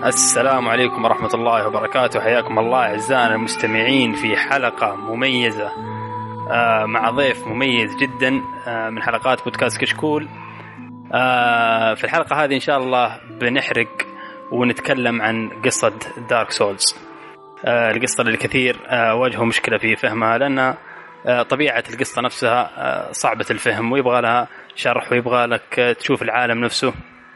السلام عليكم ورحمة الله وبركاته. حياكم الله أعزائنا المستمعين في حلقة مميزة مع ضيف مميز جدا من حلقات بودكاست كشكول. في الحلقة هذه إن شاء الله بنحرق ونتكلم عن قصة دارك سولز، القصة اللي الكثير واجهوا مشكلة في فهمها، لأن طبيعة القصة نفسها صعبة الفهم ويبغى لها شرح ويبغى لك تشوف العالم نفسه.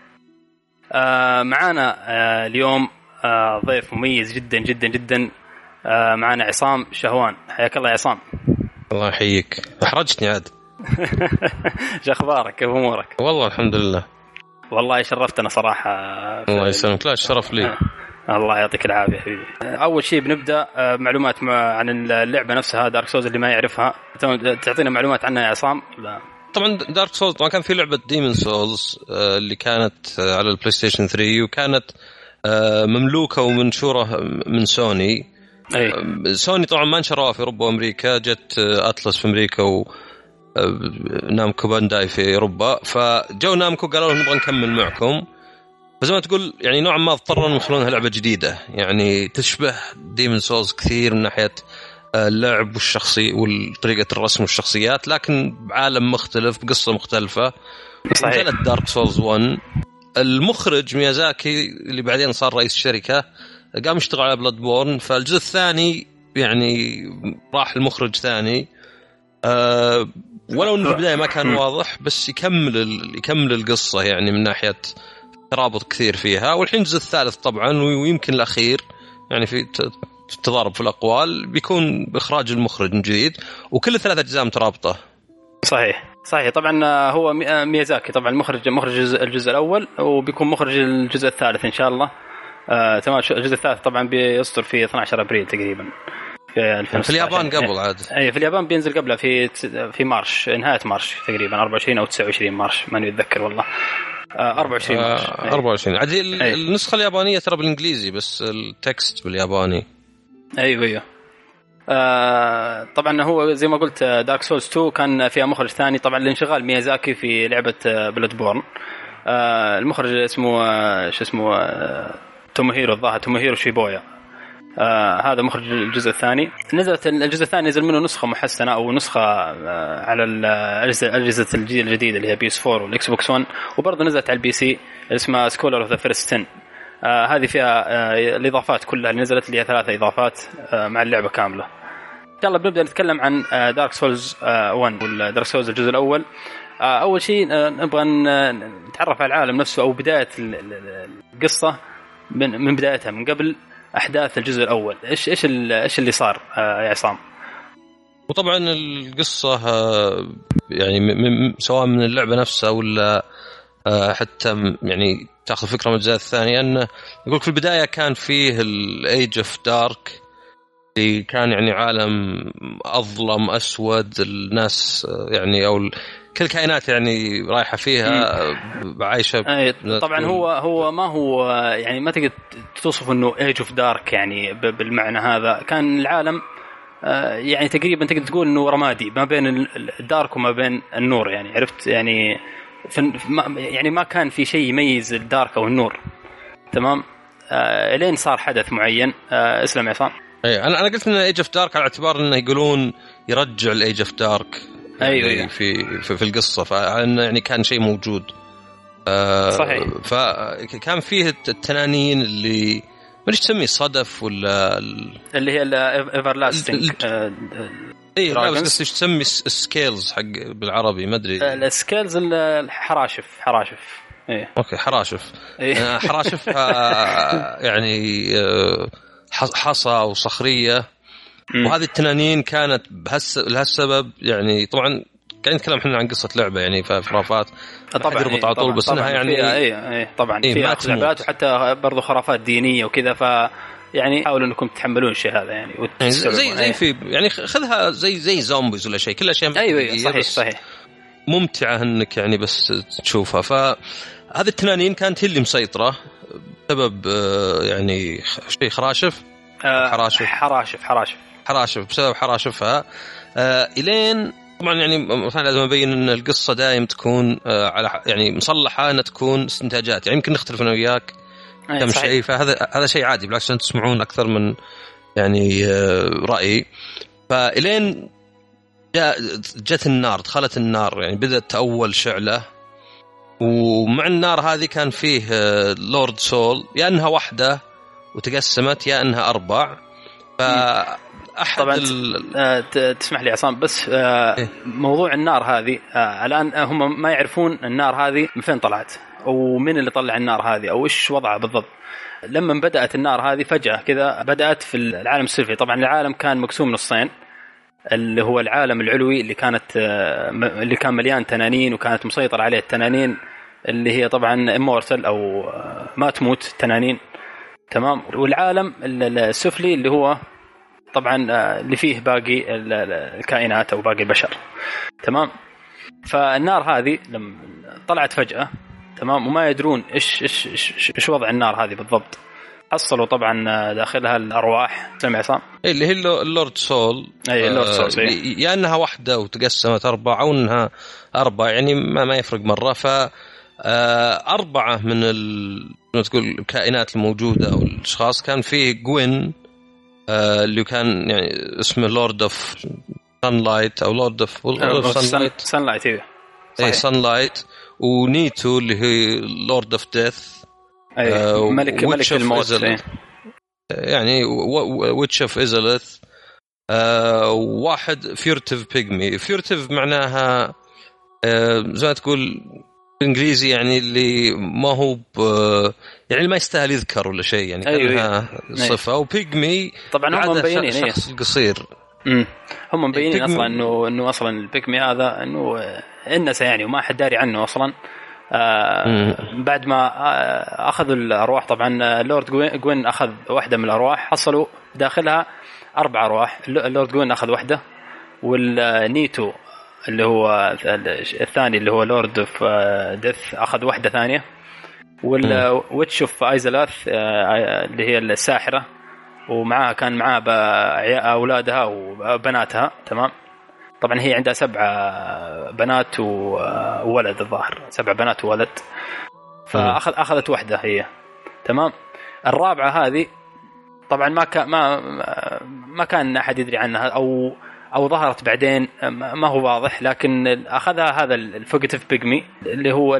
معانا اليوم ضيف مميز جدا جدا جدا. معانا عصام شهوان. حياك الله يا عصام. الله يحييك، احرجتني عاد. شو اخبارك؟ كيف امورك؟ والله الحمد لله. والله شرفتنا صراحه. الله يسلمك. لا الشرف لي. الله يعطيك العافيه حبيبي. اول شيء بنبدا معلومات عن اللعبه نفسها دارك سولز اللي ما يعرفها، تعطينا معلومات عنها يا عصام. لا. طبعا دارك سولز طبعا كان في لعبه ديمون سولز اللي كانت على البلاي ستيشن 3 وكانت مملوكه ومنشوره من سوني. أي. سوني طبعا ما نشروها في اوروبا وامريكا، جت اتلس في امريكا ونامكو بانداي في اوروبا، فجو نامكو قالوا نبغى نكمل معكم، فزي ما تقول يعني نوعا ما اضطروا يخلونها لعبه جديده يعني تشبه ديمون سولز كثير من ناحيه اللعب والشخصي وطريقه الرسم والشخصيات، لكن بعالم مختلف بقصه مختلفه. نزلت دارك سولز 1. المخرج ميازاكي اللي بعدين صار رئيس الشركه قام يشتغل على بلاد بورن، فالجزء الثاني يعني راح المخرج ثاني ولو انه في البدايه ما كان واضح، بس يكمل القصه يعني من ناحيه ترابط كثير فيها. والحين الجزء الثالث طبعا ويمكن الاخير يعني في تضارب في الاقوال بيكون باخراج المخرج من جديد، وكل 3 أجزاء مترابطه. صحيح طبعا. هو ميازاكي طبعا مخرج الجزء الاول، وبيكون مخرج الجزء الثالث ان شاء الله. تمام. الجزء الثالث طبعا بيصدر في 12 ابريل تقريبا في اليابان قبل عاد. اي في اليابان بينزل قبلها في مارش، نهايه مارش تقريبا 24 او 29 مارش ماني اتذكر والله. 24 مارش. 24 عاد. النسخه اليابانيه ترى بالانجليزي بس التكست بالياباني. ايوه. طبعا هو زي ما قلت دارك سولز 2 كان فيها مخرج ثاني طبعا لانشغال ميازاكي في لعبه بلاد بورن. المخرج اسمه شو اسمه توموهيرو، الظاهر توموهيرو شيبويا. هذا مخرج الجزء الثاني. نزلت الجزء الثاني نزل منه نسخه محسنه او نسخه على اجهزه الجيل الجديد اللي هي PS4 والاكس بوكس 1، وبرضه نزلت على البي سي اسمها سكولر اوف ذا فيرست 10. هذه فيها الاضافات كلها اللي نزلت، اللي هي 3 اضافات مع اللعبه كامله. ان شاء الله بنبدا نتكلم عن دارك سولز 1 ولا دارك سولز الجزء الاول. اول شيء نبغى نتعرف على العالم نفسه او بدايه القصه من بدايتها، من قبل احداث الجزء الاول. ايش اللي صار يا عصام؟ وطبعا القصه يعني سواء من اللعبه نفسها ولا حتى يعني تاخذ فكره من الجزء الثاني، انه يقول في البدايه كان فيه الايج اوف دارك اللي كان يعني عالم اظلم اسود، الناس يعني او كل الكائنات يعني رايحه فيها عايشه. طبعا هو ما هو يعني ما تقدر توصف انه ايج اوف دارك يعني بالمعنى هذا. كان العالم يعني تقريبا تقدر تقول انه رمادي ما بين الدارك وما بين النور، يعني عرفت يعني يعني ما كان في شيء يميز الدارك او النور. تمام. الين صار حدث معين. اسلم يا عصام. اي انا قلت ان ايج اوف دارك على اعتبار انه يقولون يرجع الايج اوف دارك يعني أيوة. في القصه، فانه يعني كان شيء موجود. صحيح. فكان فيه التنانين اللي ما تسميه صدف ولا اللي هي الايفرلاستنج. اي لا بس ايش تسمي سكيلز حق بالعربي ما ادري. السكيلز حراشف. ايه اوكي حراشف. إيه. حراشف يعني حصى وصخريه. وهذه التنانين كانت لهالسبب يعني. طبعا قاعد نتكلم احنا عن قصه لعبه يعني فخرافات طبعا يربط على طول، بس انها يعني اي طبعا فيها لعبات وحتى برضو خرافات دينيه وكذا، ف يعني حاولوا انكم تتحملون الشيء هذا يعني زي في يعني خذها زي زومبيز ولا شيء، كلها شيء. ايوه صحيح ممتعه انك يعني بس تشوفها. فهذه التنانين كانت هي اللي مسيطره بسبب يعني شيء خراشف. حراشف بسبب حراشفها. الين طبعا يعني مثلا لازم ابين ان القصه دائما تكون على يعني مصلحه انها تكون استنتاجات، يعني يمكن نختلف انا وياك كم شيء. فهذا شيء عادي، بالعكس أنتم تسمعون أكثر من يعني رأي. فإلين جت النار، دخلت النار، يعني بدأت أول شعلة، ومع النار هذه كان فيه لورد سول، يا أنها واحدة وتقسمت يا أنها 4. فأحد طبعا تسمح لي عصام بس موضوع النار هذه الآن هم ما يعرفون النار هذه من فين طلعت ومن اللي طلع النار هذه أو إيش وضعها بالضبط. لما بدأت النار هذه فجأة كذا بدأت في العالم السفلي. طبعا العالم كان مقسوم نصين، اللي هو العالم العلوي اللي كان مليان تنانين وكانت مسيطر عليه التنانين، اللي هي طبعا immortal أو ما تموت تنانين، تمام. والعالم السفلي اللي هو طبعا اللي فيه باقي الكائنات أو باقي البشر، تمام. فالنار هذه لما طلعت فجأة، تمام، وما يدرون إيش وضع النار هذه بالضبط. حصلوا طبعا داخلها الأرواح، سمع عصام، اللي هي اللورد سول. أي اللورد سول، يا أنها واحدة وتقسمت 4 أو أنها 4، يعني ما يفرق مرة. ف 4 من تقول الكائنات الموجودة أو الأشخاص، كان فيه جوين اللي كان يعني اسمه لورد اوف سانلايت أو لورد اوف سانلايت، اي سانلايت. ونيتو اللي هي لورد اوف ديث، ملك الموت، يعني ويتش اوف إزلث. واحد فيورتيف بيجمي. فيورتيف معناها زي ما تقول بالانجليزي يعني اللي ما هو يعني ما يستاهل يذكر ولا شيء، يعني كانها صفة. او بيجمي طبعا هم مبينين شخص قصير. هم مبينين اصلا انه اصلا البيجمي هذا انه انسى يعني وما حد داري عنه اصلا. بعد ما اخذوا الارواح، طبعا اللورد جوين اخذ واحده من الارواح، حصلوا داخلها 4 ارواح. اللورد جوين اخذ واحده، والنيتو اللي هو الثاني اللي هو لورد اوف ديث اخذ واحده ثانيه، والويتش اوف ايزلاث اللي هي الساحره، ومعها كان معها اولادها وبناتها، تمام. طبعا هي عندها 7 بنات وولد، الظاهر 7 بنات وولد. فاخذت واحده هي، تمام. الرابعه هذه طبعا ما كان احد يدري عنها او ظهرت بعدين، ما هو واضح، لكن اخذها هذا الفوجيتيف بيجمي اللي هو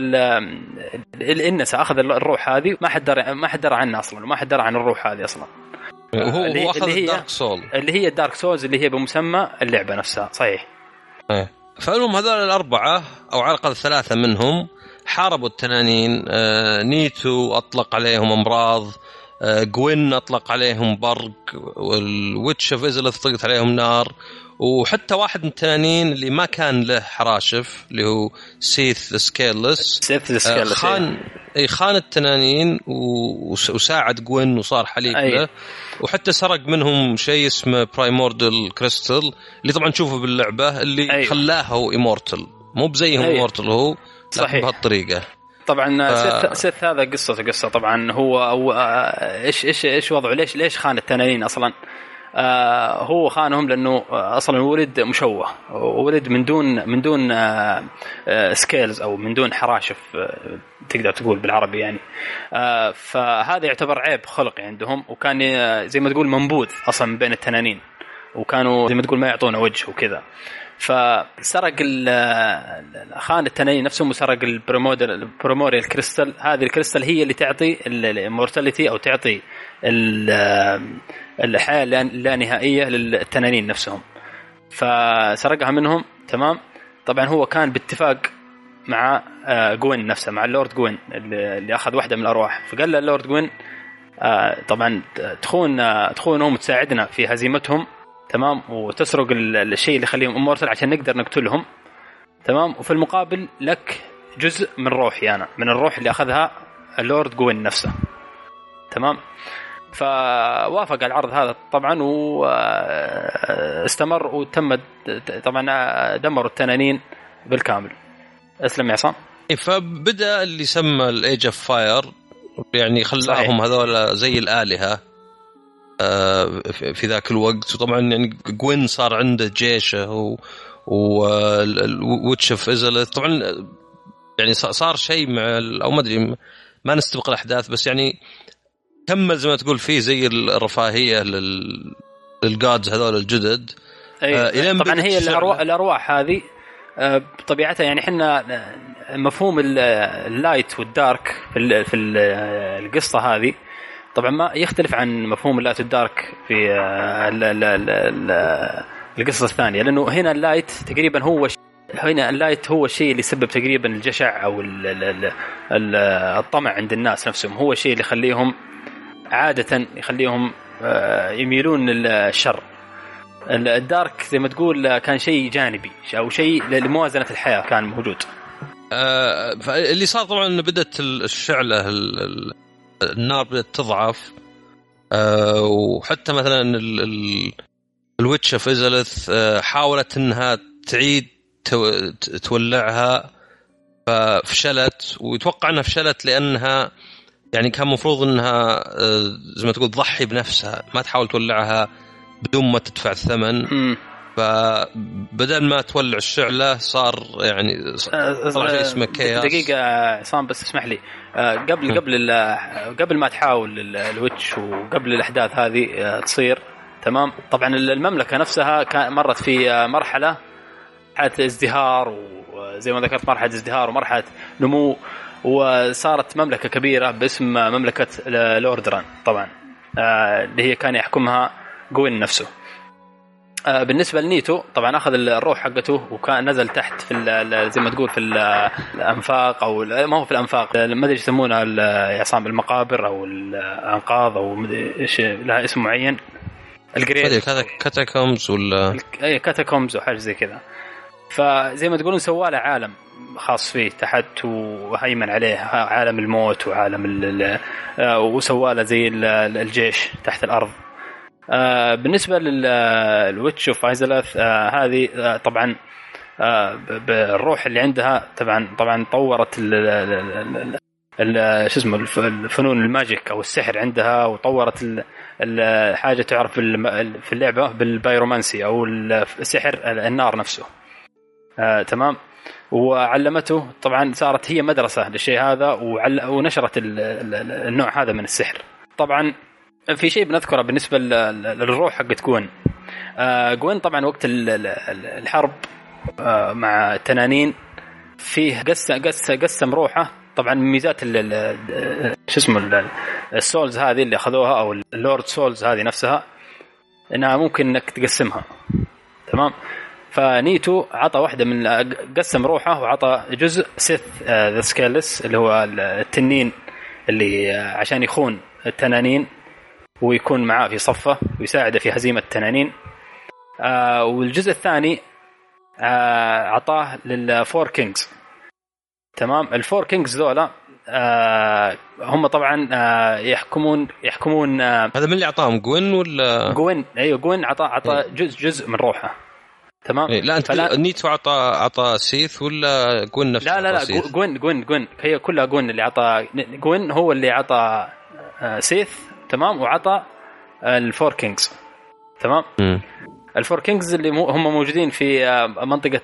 الانس، اخذ الروح هذه، ما حد درى عنها اصلا، وما حد درى عن الروح هذه اصلا. وهو اخذ الدارك سول، اللي هي الدارك سولز، اللي هي بمسمى اللعبه نفسها، صحيح. فالهم هذول ال4 او على الاقل 3 منهم حاربوا التنانين. نيتو اطلق عليهم امراض، جوين اطلق عليهم برق، والويتش اوف إزلث طلقت عليهم نار، وحتى واحد من التنانين اللي ما كان له حراشف اللي هو سيث سكيلس خان التنانين وساعد جوين وصار حليف له، وحتى سرق منهم شيء اسمه برايموردال كريستال اللي طبعا نشوفه باللعبة، اللي خلاه إيمورتال، مو بزيهم إيمورتال هو، لكن بهالطريقة. طبعا سيث هذا قصة طبعا هو ايش وضعه، ليش خان التنانين اصلا. هو خانهم لانه اصلا ولد مشوه، ولد من دون سكيلز او من دون حراشف، تقدر تقول بالعربي يعني. فهذا يعتبر عيب خلقي عندهم، وكان زي ما تقول منبوذ اصلا بين التنانين، وكانوا زي ما تقول ما يعطونه وجه وكذا. فسرق خان التنانين نفسهم، وسرق البروموريال كريستال. هذه الكريستال هي اللي تعطي المورتاليتي او تعطي الحياة اللا نهائية للتنانين نفسهم. فسرقها منهم، تمام. طبعا هو كان باتفاق مع جوين نفسه، مع اللورد جوين اللي أخذ واحدة من الأرواح. فقال له اللورد جوين طبعا تخونهم وتساعدنا في هزيمتهم، تمام، وتسرق الشيء اللي يخليهم امورتال عشان نقدر نقتلهم، تمام. وفي المقابل لك جزء من روحي أنا، من الروح اللي أخذها اللورد جوين نفسه، تمام. فوافق على العرض هذا طبعا، واستمر وتم طبعا دمروا التنانين بالكامل. اسلم يا عصام. فبدأ اللي سمى الإيج اوف فاير، يعني خلاهم هذول زي الآلهة في ذاك الوقت. وطبعا يعني جوين صار عنده جيشه وويتش اوف إزلث. طبعا يعني صار شيء مع، او ما ادري، ما نستبق الاحداث، بس يعني كمل زي ما تقول فيه زي الرفاهيه للجادز هذول الجدد. طبعا هي الارواح هذه بطبيعتها يعني احنا مفهوم اللايت والدارك في القصه هذه طبعا ما يختلف عن مفهوم اللايت والدارك في القصه الثانيه، لانه هنا اللايت تقريبا هنا اللايت هو الشيء اللي يسبب تقريبا الجشع او الطمع عند الناس نفسهم، هو الشيء اللي يخليهم عاده يخليهم يميلون للشر. الدارك زي ما تقول كان شيء جانبي او شيء لموازنه الحياه كان موجود. فاللي صار طبعا انه بدت الشعله النار بدت تضعف، وحتى مثلا الويتش اوف إزلث حاولت انها تعيد تولعها ففشلت، ويتوقع انها فشلت لانها يعني كان مفروض انها زي ما تقول تضحي بنفسها، ما تحاول تولعها بدون ما تدفع الثمن. فبدل ما تولع الشعلة صار يعني طلع شيء اسمه كياس. دقيقة عصام بس اسمح لي، قبل ما تحاول الويتش وقبل الأحداث هذه تصير تمام، طبعا المملكة نفسها مرت في مرحلة ازدهار، وزي ما ذكرت مرحلة ازدهار ومرحلة نمو، وصارت مملكة كبيرة باسم مملكة لوردران طبعا، اللي هي كان يحكمها جوين نفسه. بالنسبة لنيتو طبعا أخذ الروح حقته وكان نزل تحت في زي ما تقول في الأنفاق، أو ما هو في الأنفاق، ما أدري يسمونها يا عصام، المقابر أو الأنقاض أو إيش لها اسم معين، الجريد كاتاكومز ولا أي كاتاكومز أو حاجة زي كذا. فزي ما تقولون سواله عالم خاص فيه تحت وهيمن عليه عالم الموت وعالم وسواله زي الجيش تحت الأرض. بالنسبة للويتش اوف إزلث هذه طبعا بالروح اللي عندها طبعا طورت شو اسمه الفنون الماجيك او السحر عندها، وطورت الحاجة تعرف في اللعبة بالبايرومانسي او السحر النار نفسه. تمام. وعلمته طبعا، صارت هي مدرسة للشيء هذا، ونشرت النوع هذا من السحر. طبعا في شيء بنذكره بالنسبة للروح حقت جوين طبعا وقت الحرب مع التنانين فيه قسم روحه. طبعا ميزات شو اسمه السولز هذه اللي أخذوها أو اللورد سولز هذه نفسها إنها ممكن إنك تقسمها. تمام. فنيتو عطى واحدة من قسم روحه وعطى جزء سيث ذا سكيلس اللي هو التنين اللي عشان يخون التنانين ويكون معاه في صفه ويساعده في هزيمة التنانين. والجزء الثاني عطاه للفور كينجز. تمام. الفور كينجز ذولا هم طبعا يحكمون هذا من اللي عطاهم جوين ولا جوين؟ ايوه جوين عطى جزء من روحه. تمام. لا انت نيتو عطى سيث ولا جوين نفسه؟ لا جوين هي كلها جوين اللي عطى. جوين هو اللي عطى سيث. تمام. وعطى الفور كينجز. تمام. الفور كينجز اللي هم موجودين في منطقة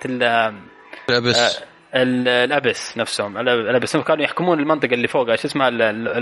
الأبس نفسهم. الأبس كانوا يحكمون المنطقة اللي فوقها، شو اسمها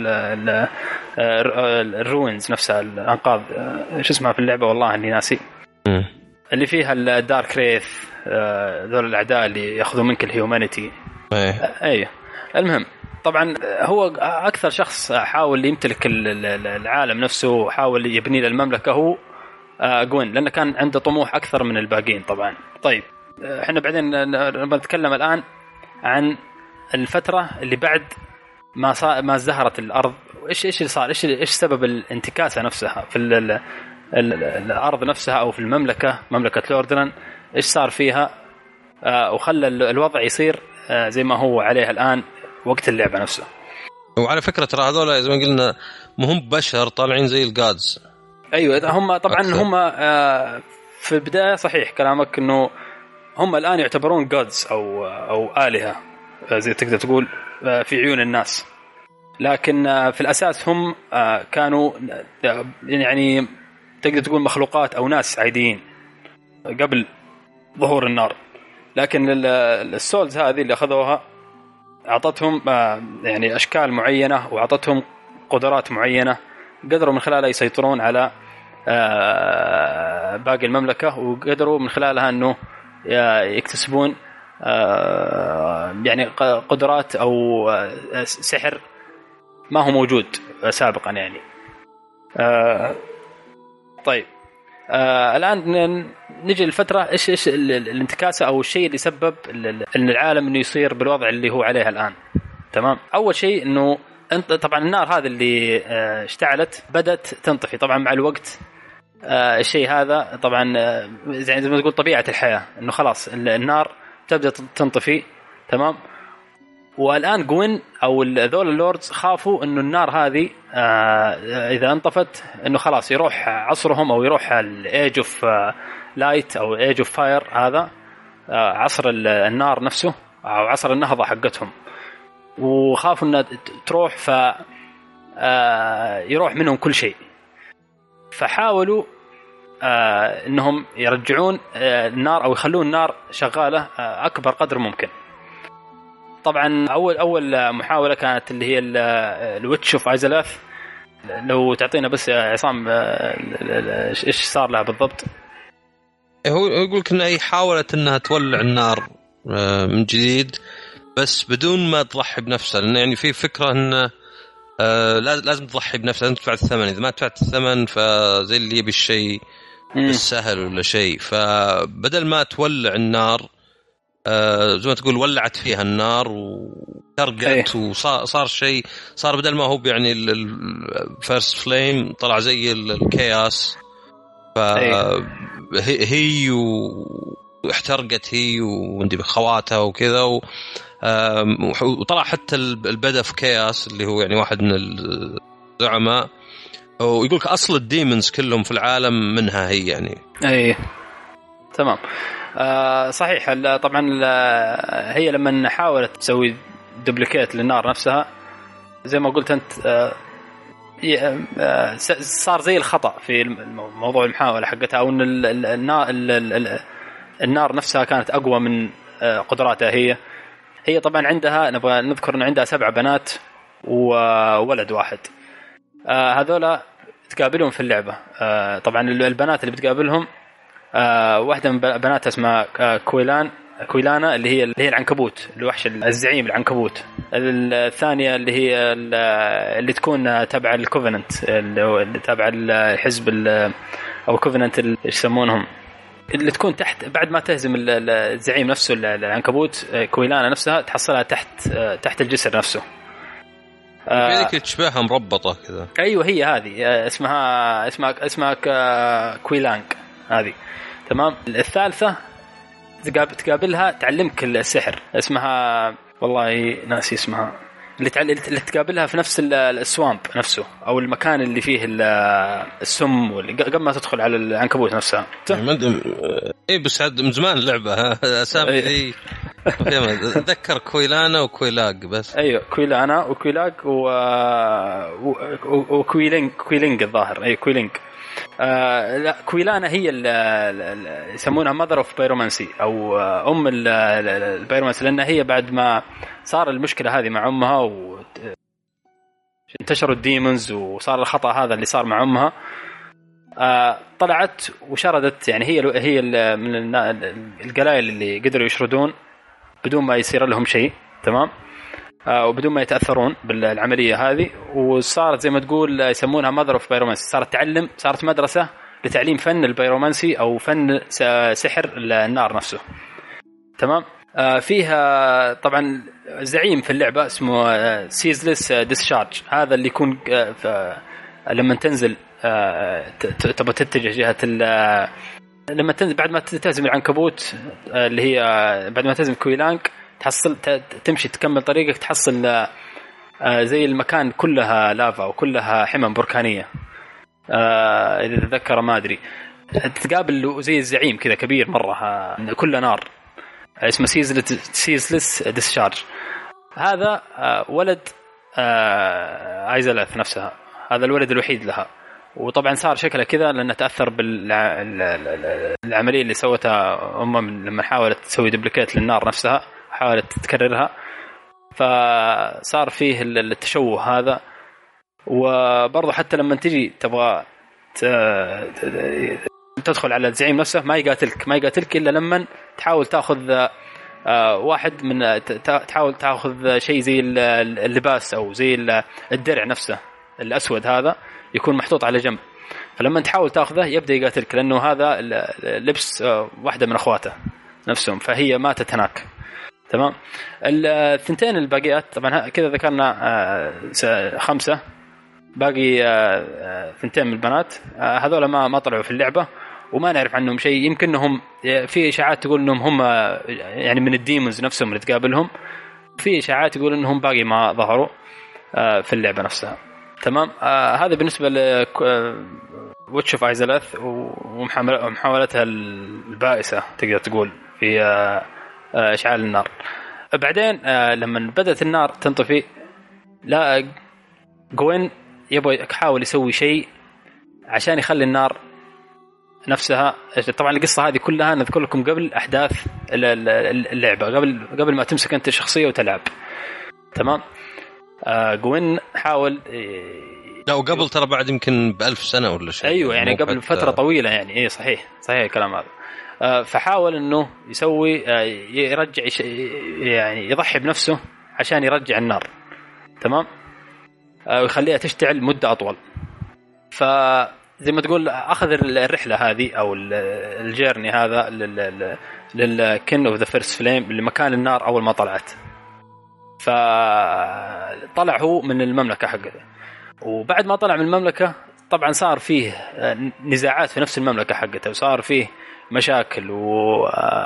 الروينز نفسها، الأنقاض، شو اسمها في اللعبة والله اني ناسي، اللي فيها الدارك ريث، ذول الأعداء اللي يأخذوا منك الهيومانيتي. أيه. المهم طبعا هو أكثر شخص حاول يمتلك العالم نفسه وحاول يبني للمملكة هو جوين، لأنه كان عنده طموح أكثر من الباقين طبعا. طيب احنا بعدين نتكلم الآن عن الفترة اللي بعد ما ازدهرت الأرض، إيش اللي صار، إيش سبب الانتكاسة نفسها في الأرض نفسها أو في مملكة لوردران، إيش صار فيها وخلى الوضع يصير زي ما هو عليه الآن وقت اللعبة نفسه. وعلى فكرة ترى هذول زي ما قلنا مهم بشر طالعين زي الجادز. أيوة هم طبعا أكثر. هم في البداية صحيح كلامك إنه هم الآن يعتبرون جادز أو آلهة زي تقدر تقول في عيون الناس، لكن في الأساس هم كانوا يعني تقدر تقول مخلوقات أو ناس عاديين قبل ظهور النار. لكن السولز هذه اللي أخذوها أعطتهم يعني أشكال معينة وأعطتهم قدرات معينة قدروا من خلالها يسيطرون على باقي المملكة، وقدروا من خلالها أنه يكتسبون يعني قدرات أو سحر ما هو موجود سابقا يعني. طيب الآن نجي للفترة إيش الانتكاسة أو الشيء اللي سبب أن العالم إنه يصير بالوضع اللي هو عليه الآن. تمام. أول شيء إنه طبعا النار هذه اللي اشتعلت بدأت تنطفي طبعا مع الوقت. الشيء هذا طبعا زي ما تقول طبيعة الحياة، إنه خلاص النار تبدأ تنطفي. تمام. والآن جوين أو ذول اللوردز خافوا إنه النار هذه إذا انطفت إنه خلاص يروح عصرهم أو يروح الإيج أوف لايت أو إيج أوف فاير، هذا عصر النار نفسه أو عصر النهضة حقتهم، وخافوا إنها تروح يروح منهم كل شيء. فحاولوا إنهم يرجعون النار أو يخلون النار شغالة أكبر قدر ممكن. طبعا أول محاولة كانت اللي هي الويتش اوف ايزلاث. لو تعطينا بس يا عصام ايش صار لها بالضبط؟ هو يقولك انها حاولت انها تولع النار من جديد بس بدون ما تضحي بنفسها، لان يعني في فكرة ان لازم تضحي بنفسها، لازم تدفع الثمن. اذا ما دفعت الثمن فزي اللي يبي الشيء بالسهل ولا شيء. فبدل ما تولع النار زي ما تقول ولعت فيها النار وترقت وصار شيء، صار بدل ما هو يعني الفيرست فليم طلع زي الكياس. فهي واحترقت هي وعندي بخواتها وكذا وطلع حتى البدا في كياس اللي هو يعني واحد من الزعماء، ويقولك أصل الديمونز كلهم في العالم منها هي يعني. أي تمام. صحيح. طبعا هي لما حاولت تسوي دوبليكيت للنار نفسها زي ما قلت أنت صار زي الخطأ في موضوع المحاولة حقتها، أو أن النار نفسها كانت أقوى من قدراتها هي طبعا عندها، نبغى نذكر أن عندها 7 بنات وولد واحد. هذولا تقابلهم في اللعبة. طبعا البنات اللي بتقابلهم واحدة من بناتها اسمها كويلانا اللي هي العنكبوت، الوحش الزعيم العنكبوت. الثانية اللي تكون تبع الكوفننت، اللي تبع الحزب أو كوفننت ايش يسمونهم، اللي تكون تحت بعد ما تهزم الزعيم نفسه العنكبوت. كويلانا نفسها تحصلها تحت الجسر نفسه. هذيك تشبهها مربطة كذا. أيوة هي هذه اسمها كويلانج هذه. تمام. الثالثة تقابلها تعلمك السحر، اسمها والله ناسي اسمها، اللي تقابلها في نفس السوامب نفسه او المكان اللي فيه السم قبل ما تدخل على العنكبوت نفسها. ايه بس من زمان اللعبة اسامي ذي اتذكر كويلانا وكويلاق بس. ايوه كويلانا وكويلاق وكويلينج الظاهر. اي كويلينج. لا كويلانا هي يسمونها ماذر اوف بايرومانسي او ام البايرومانسي، لان هي بعد ما صار المشكله هذه مع امها وانتشروا الديمونز وصار الخطا هذا اللي صار مع امها، طلعت وشردت. يعني هي من القلايل اللي قدروا يشردون بدون ما يصير لهم شيء. تمام. وبدون ما يتأثرون بالعملية هذه، وصارت زي ما تقول يسمونها ماذر اوف بايرومانسي. صارت مدرسة لتعليم فن البايرومانسي أو فن سحر النار نفسه. تمام. فيها طبعا زعيم في اللعبة اسمه سيزلس ديسشارج، هذا اللي يكون لما تنزل تبغى تتجه جهة لما تنزل بعد ما تهزم العنكبوت اللي هي بعد ما تهزم كويلانج، تحصل تمشي تكمل طريقك تحصل زي المكان كلها لافا وكلها حمم بركانية. إذا تذكر ما أدري، تقابل زي الزعيم كذا كبير مرة كله نار اسمه سيزلس ديسشارج. هذا ولد ايزلاث نفسها، هذا الولد الوحيد لها. وطبعا صار شكله كذا لأنه تأثر بالعملية اللي سوتها أمه لما حاولت تسوي دوبليكيت للنار نفسها، حاولت تكررها، فصار فيه التشوه هذا. وبرضه حتى لما تجي تبغى تدخل على الزعيم نفسه ما يقاتلك إلا لما تحاول تأخذ واحد من تحاول تأخذ شيء زي اللباس أو زي الدرع نفسه الأسود هذا يكون محطوط على جنب، فلما تحاول تأخذه يبدأ يقاتلك لأنه هذا لبس واحدة من أخواته نفسهم، فهي ماتت هناك. تمام. الثنتين الباقيات طبعا كذا ذكرنا 5، باقي 2 من البنات هذول ما طلعوا في اللعبة وما نعرف عنهم شيء. يمكنهم في إشاعات تقول إنهم هم يعني من الديمونز نفسهم اللي تقابلهم، في إشاعات تقول إنهم باقي ما ظهروا في اللعبة نفسها. تمام. هذا بالنسبة ل ويتش اوف ايزلث ومحاولتها البائسة تقدر تقول في إشعال النار. بعدين لما بدأت النار تنطفي، لا جوين يبغى يحاول يسوي شيء عشان يخلي النار نفسها. طبعا القصة هذه كلها نذكر لكم قبل أحداث اللعبة، قبل ما تمسك أنت الشخصية وتلعب. تمام. جوين حاول لا وقبل ترى بعد يمكن ب1000 سنة ولا شيء. أيوة يعني قبل فترة طويلة يعني. إيه صحيح الكلام هذا. فحاول إنه يسوي يرجع يعني يضحي بنفسه عشان يرجع النار. تمام. ويخليها تشتعل مدة أطول. فزي ما تقول أخذ الرحلة هذه أو الجيرني هذا للكن أوف ذا فيرست فليم لمكان النار أول ما طلعت. فطلع هو من المملكة حقته، وبعد ما طلع من المملكة طبعا صار فيه نزاعات في نفس المملكة حقته، وصار فيه مشاكل و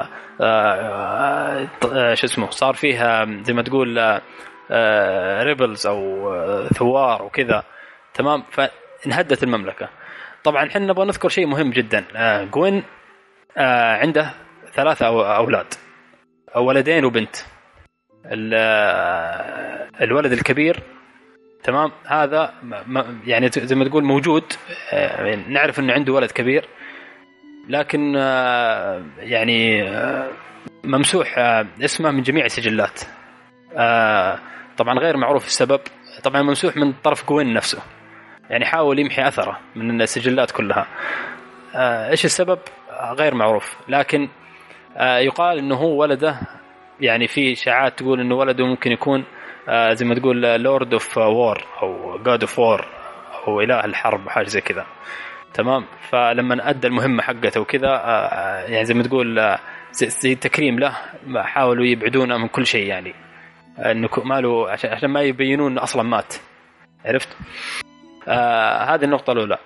شو اسمه صار فيها زي ما تقول ريبلز أو ثوار وكذا. تمام. فانهدت المملكة. طبعا حنا نبغى نذكر شيء مهم جدا. جوين عنده 3 أولاد، ولدين وبنت. الولد الكبير تمام هذا يعني زي ما تقول موجود، نعرف انه عنده ولد كبير، لكن يعني ممسوح اسمه من جميع السجلات. طبعا غير معروف السبب. طبعا ممسوح من طرف جوين نفسه، يعني حاول يمحي أثره من السجلات كلها. إيش السبب غير معروف، لكن يقال إنه هو ولده، يعني في إشاعات تقول إنه ولده ممكن يكون زي ما تقول لورد اوف وور أو جاد اوف وور أو إله الحرب حاجة زي كذا. تمام. فلما أدى المهمة حقته وكذا يعني زي ما تقول زي تكريم له حاولوا يبعدونه من كل شيء، يعني إنه ماله عشان ما يبينون إنه أصلا مات. عرفت؟ هذه النقطة الأولى.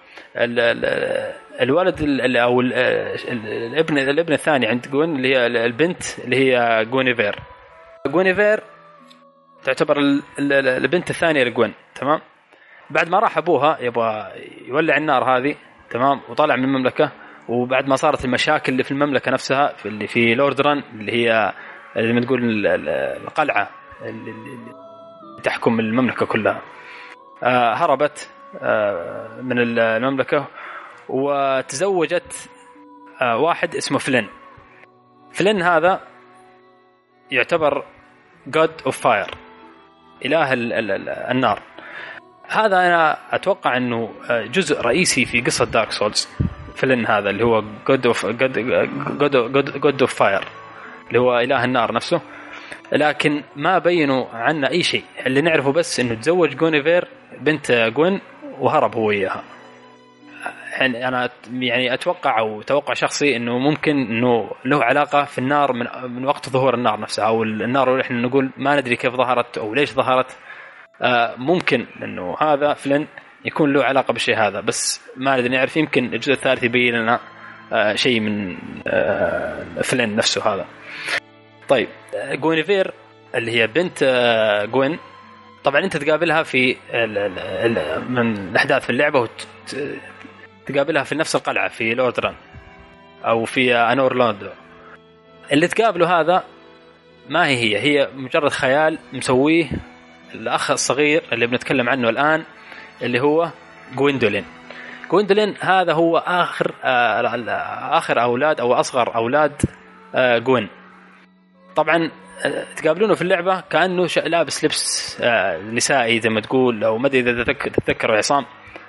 الولد أو الابن الثاني عند جوين اللي هي البنت اللي هي جوينيفير تعتبر البنت الثانية لجوين. تمام. بعد ما راح أبوها يبغى يولع النار هذه. تمام. وطلع من المملكة، وبعد ما صارت المشاكل اللي في المملكة نفسها اللي في لوردران اللي هي زي ما تقول القلعة اللي تحكم المملكة كلها، هربت من المملكة وتزوجت واحد اسمه فلين هذا يعتبر God of Fire، إله النار. هذا أنا أتوقع أنه جزء رئيسي في قصة دارك سولز. فلين هذا اللي هو God of Fire اللي هو إله النار نفسه، لكن ما بينوا عنا أي شيء. اللي نعرفه بس أنه تزوج جونيفير بنت جوين وهرب هو إياها. أنا يعني أتوقع أو توقع شخصي أنه ممكن أنه له علاقة في النار من وقت ظهور النار نفسها، أو النار اللي إحنا نقول ما ندري كيف ظهرت أو ليش ظهرت. ممكن أنه هذا فلين يكون له علاقة بالشيء هذا، بس ما ندري نعرف. يمكن الجزء الثالث يبين لنا شيء من فلين نفسه هذا. طيب جوينيفير اللي هي بنت جوين، طبعا أنت تقابلها في من الأحداث في اللعبة تقابلها في نفس القلعة في لوردران أو في أنورلاندو. اللي تقابله هذا ما هي مجرد خيال مسويه الأخ الصغير اللي بنتكلم عنه الآن اللي هو جويندولين. هذا هو آخر أولاد أو أصغر أولاد جوين. طبعا تقابلونه في اللعبه كانه لابس لبس نسائي زي ما تقول، او ما ادري اذا تتذكر عصام.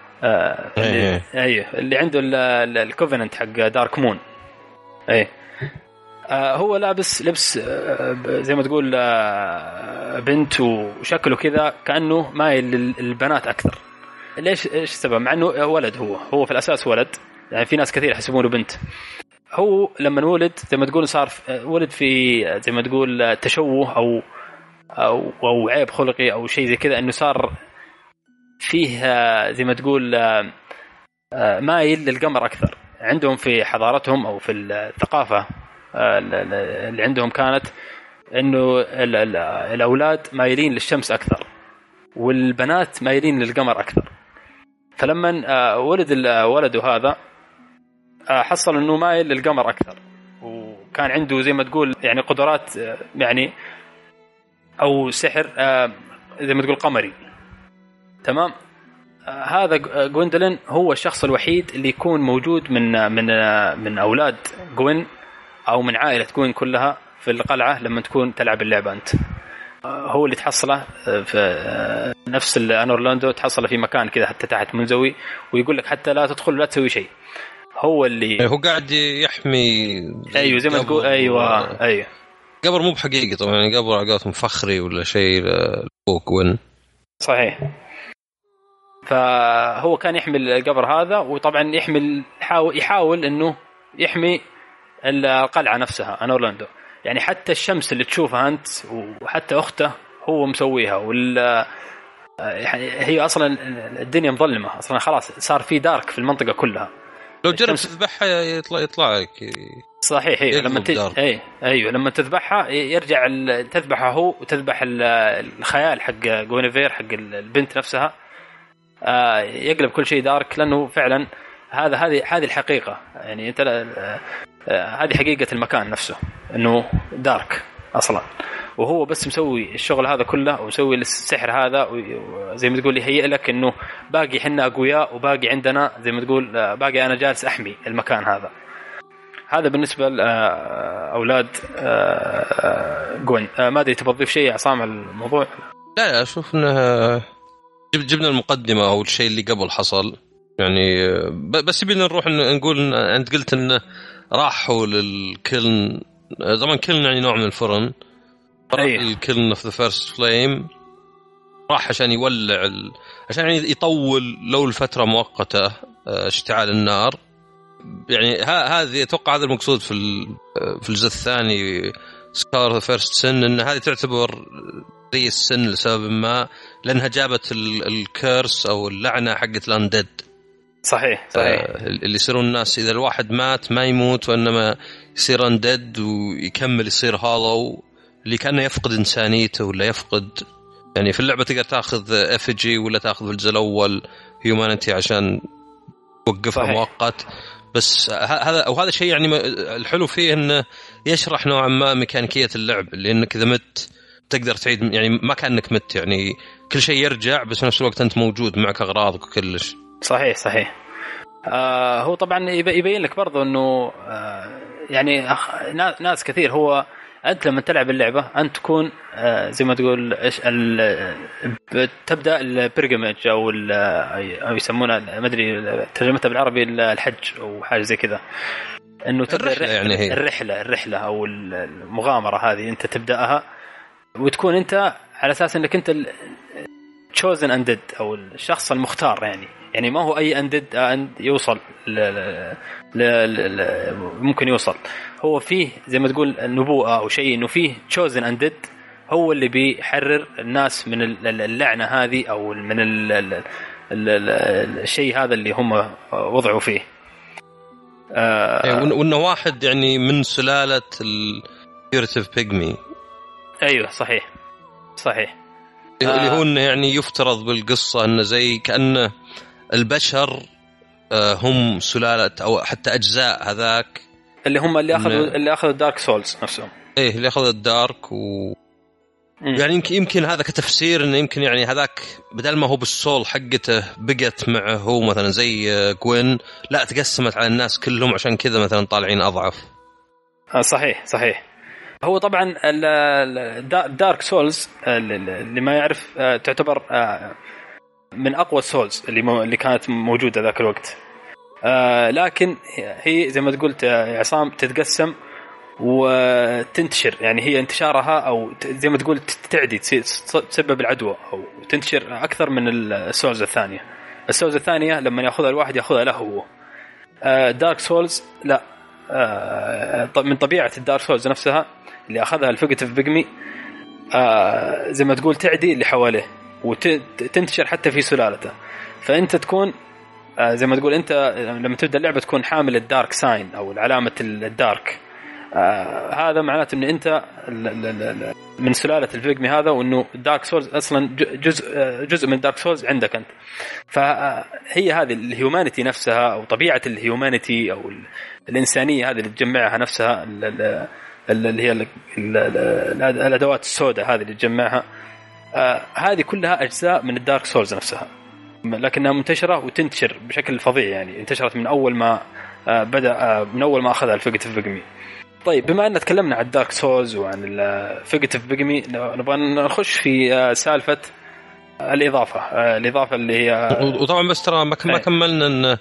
ايوه اللي عنده الكوفننت حق دارك مون. اي هو لابس لبس زي ما تقول بنت، وشكله كذا كانه مايل للبنات اكثر. ليش ايش السبب؟ مع انه ولد، هو في الاساس ولد، يعني في ناس كثير يحسبونه بنت. هو لما ولد زي ما تقول صار ولد في زي ما تقول تشوه او عيب خلقي او شيء زي كذا، انه صار فيه زي ما تقول مايل للقمر اكثر. عندهم في حضارتهم او في الثقافه اللي عندهم كانت انه الاولاد مايلين للشمس اكثر والبنات مايلين للقمر اكثر. فلما ولد الولد هذا حصل انه مايل للقمر اكثر، وكان عنده زي ما تقول يعني قدرات يعني او سحر زي ما تقول قمري. تمام. هذا جويندولين هو الشخص الوحيد اللي يكون موجود من اولاد جوين او من عائله جوين كلها في القلعه لما تكون تلعب اللعبه انت. هو اللي تحصله في نفس اورلاندو، تحصله في مكان كذا حتى تحت منزوي، ويقول لك حتى لا تدخل ولا تسوي شيء. هو اللي هو قاعد يحمي. ايوه زي ما تقول. ايوه قبر مو بحقيقي طبعا، يعني قبر عقاتهم فخري ولا شيء فوق وين. صحيح. فهو كان يحمي القبر هذا، وطبعا يحاول انه يحمي القلعه نفسها اورلاندو. يعني حتى الشمس اللي تشوفها انت وحتى اخته هو مسويها، يعني هي اصلا الدنيا مظلمه اصلا، خلاص صار في دارك في المنطقه كلها. لو جرب تذبحها يطلع لك. صحيح. لما ايوه لما تذبحها يرجع تذبحها هو، وتذبح الخيال حق غوينيفير حق البنت نفسها، يقلب كل شيء دارك. لانه فعلا هذه الحقيقه، يعني انت هذه حقيقه المكان نفسه انه دارك اصلا. وهو بس مسوي الشغل هذا كله ومسوي السحر هذا، وزي ما تقول يهيئ لك انه باقي حنا اقوياء، وباقي عندنا زي ما تقول باقي انا جالس احمي المكان هذا. هذا بالنسبه لاولاد جوين. ما ادري تبغى تضيف شيء يا عصام على الموضوع؟ لا اشوف انها جبنا المقدمه او الشيء اللي قبل حصل يعني. بس يبينا نروح نقول انت قلت انه راحوا للكلن. طبعا كلن يعني نوع من الفرن. الكلن في ذا فيرست فليم راح عشان يولع عشان يعني يطول لو الفتره مؤقته اشتعال النار. يعني هذه اتوقع هذا المقصود في الجزء الثاني سكار ذا فيرست سن، ان هذه تعتبر زي السن لسبب ما، لانها جابت الكيرس او اللعنه حقت لاندد. صحيح. اللي يصيرون الناس اذا الواحد مات ما يموت وانما يصير اندد ويكمل يصير هالو، اللي كانه يفقد انسانيته ولا يفقد. يعني في اللعبه تقدر تاخذ افجي ولا تاخذ في الجزء الاول هيومانيتي عشان توقفها مؤقت. بس هذا شيء يعني الحلو فيه انه يشرح نوعا ما ميكانيكيه اللعب، لانك اذا مت تقدر تعيد، يعني ما كانك مت، يعني كل شيء يرجع بس في نفس الوقت انت موجود معك اغراضك وكلش. صحيح. هو طبعا يبين لك برضو انه يعني ناس كثير، هو انت لما تلعب اللعبه انت تكون زي ما تقول تبدا البرجمج او يسمونها ما ادري ترجمتها بالعربي الحج او حاجه زي كذا، انه تبدا يعني هي الرحله او المغامره هذه انت تبداها، وتكون انت على اساس انك انت تشوزن اندد او الشخص المختار. يعني ما هو اي اندد يوصل ممكن يوصل. هو فيه زي ما تقول النبوءه او شيء، انه فيه تشوزن اندد هو اللي بيحرر الناس من اللعنه هذه او من الشيء هذا اللي هم وضعوا فيه. وانه واحد يعني من سلاله البيرتيف بيجمي. ايوه صحيح اللي هو انه يعني يفترض بالقصه انه زي كانه البشر هم سلاله او حتى اجزاء هذاك اللي هم اللي اخذوا دارك سولز نفسهم. اللي اخذ الدارك يعني يمكن هذا كتفسير انه يمكن يعني هذاك بدل ما هو بالسول حقته بقت معه هو مثلا زي جوين، لا تقسمت على الناس كلهم عشان كذا مثلا طالعين اضعف. صحيح هو طبعا دارك سولز اللي ما يعرف تعتبر من اقوى السولز اللي كانت موجوده ذاك الوقت. لكن هي زي ما قلت يا عصام تتقسم وتنتشر، يعني هي انتشارها او زي ما تقول تعدي تسبب العدوى او تنتشر اكثر من السولز الثانيه. السولز الثانيه لما ياخذها الواحد ياخذها له هو. دارك سولز لا، من طبيعه الدارك سولز نفسها اللي اخذها الفيجيتيف بيجمي زي ما تقول تعدي اللي حواليه وتنتشر حتى في سلالته. فانت تكون زي ما تقول انت لما تبدا اللعبه تكون حامل الدارك ساين او علامه الدارك. هذا معناته ان انت من سلاله الفيجمي هذا، وانه دارك سولز اصلا جزء من دارك سولز عندك انت. فهي هذه الهيومانيتي نفسها او طبيعه الهيومانيتي او الانسانيه هذه اللي تجمعها نفسها، اللي هي الادوات السوداء هذه اللي تجمعها، هذه كلها اجزاء من الدارك سولز نفسها، لكنها منتشره وتنتشر بشكل فظيع. يعني انتشرت من اول ما بدا، من اول ما اخذها الفيجيتيف بيجمي. طيب بما أن تكلمنا عن الدارك سولز وعن الفيجيتيف بيجمي، نبغى نخش في سالفة الإضافة اللي هي وطبعا بس ترى ما كملنا إن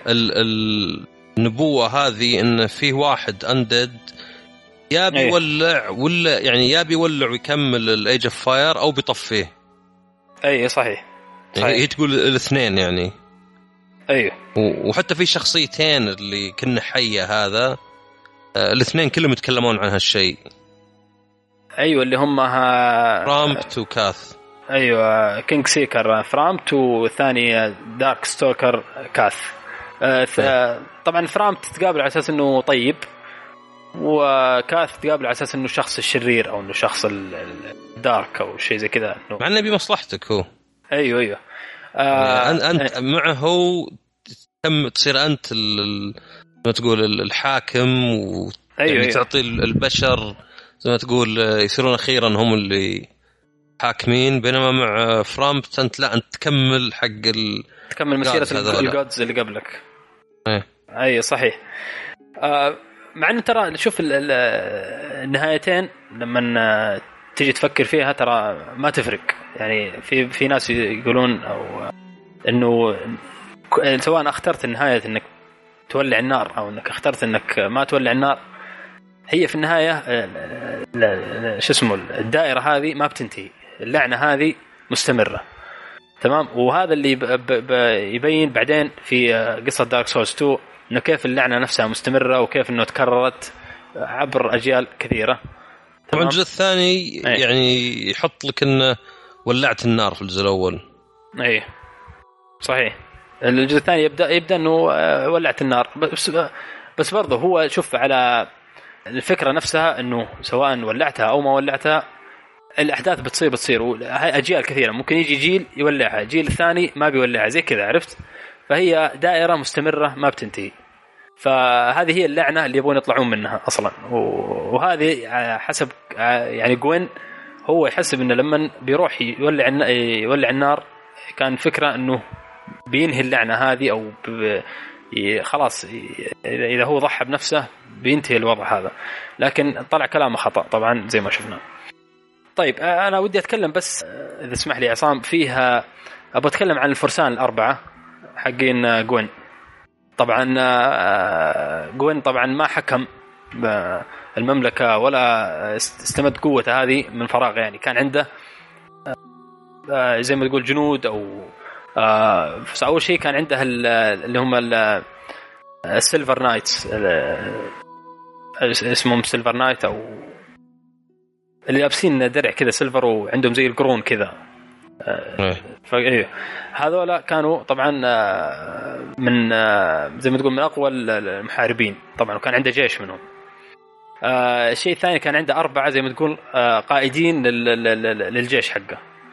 النبوة هذه إن فيه واحد أندد يابي يولع ولا يعني يابي يولع ويكمل الأيج اوف فاير أو بيطفيه. صحيح. هي تقول الاثنين يعني. وحتى في شخصيتين اللي كنا حية هذا الاثنين كلهم يتكلمون عن هالشيء. اللي هم فرامبت وكاث. كينج سيكر فرامبت، والثاني دارك ستوكر كاث. طبعا فرامبت تقابل على اساس انه طيب، وكاث تقابل على اساس انه الشخص الشرير او انه الشخص الدارك او شيء زي كذا، مع انه بمصلحتك هو. ايوه انت معه تصير انت ما تقول الحاكم يعني تعطي البشر زي ما تقول يصيرون أخيرا هم اللي حاكمين، بينما مع فرامبت أنت لا، أنت تكمل تكمل مسيرة الجودز اللي قبلك. صحيح. مع أنه ترى شوف النهايتين لما تيجي تفكر فيها ترى ما تفرق. يعني في ناس يقولون أو إنه سواء اخترت النهاية إنك تولع النار أو أنك اخترت أنك ما تولع النار، هي في النهاية الدائرة هذه ما بتنتهي، اللعنة هذه مستمرة. تمام. وهذا اللي يبين بعدين في قصة دارك سولز 2 أنه كيف اللعنة نفسها مستمرة وكيف أنه تكررت عبر أجيال كثيرة. طبعا الجزء الثاني يعني يحط لك أنه ولعت النار في الجزء الأول. صحيح. الجزء الثاني يبدأ أنه ولعت النار، بس برضه هو شوف على الفكرة نفسها أنه سواء ولعتها أو ما ولعتها الأحداث بتصير وهي أجيال كثيرة، ممكن يجي جيل يولعها، جيل الثاني ما بيولعها، زي كذا عرفت. فهي دائرة مستمرة ما بتنتهي. فهذه هي اللعنة اللي يبون يطلعون منها أصلا. وهذه حسب يعني جوين هو يحسب أنه لما بيروح يولع النار كان فكرة أنه بينهي اللعنة هذه أو خلاص إذا هو ضحى بنفسه بينتهي الوضع هذا، لكن طلع كلامه خطأ طبعا زي ما شفنا. طيب أنا ودي أتكلم بس إذا اسمح لي عصام فيها، أبغى أتكلم عن الفرسان الأربعة حقين جوين. طبعا جوين طبعا ما حكم المملكة ولا استمد قوته هذه من فراغ، يعني كان عنده زي ما تقول جنود أو أول شيء كان عنده اللي هم السيلفر نايتس، اسمهم سيلفر نايت أو اللي لابسين درع كذا سيلفر وعندهم زي القرون كذا. هذولا كانوا طبعا من زي ما تقول من أقوى المحاربين طبعا، وكان عنده جيش منهم. الشيء الثاني كان عنده 4 زي ما تقول قائدين للجيش حقه.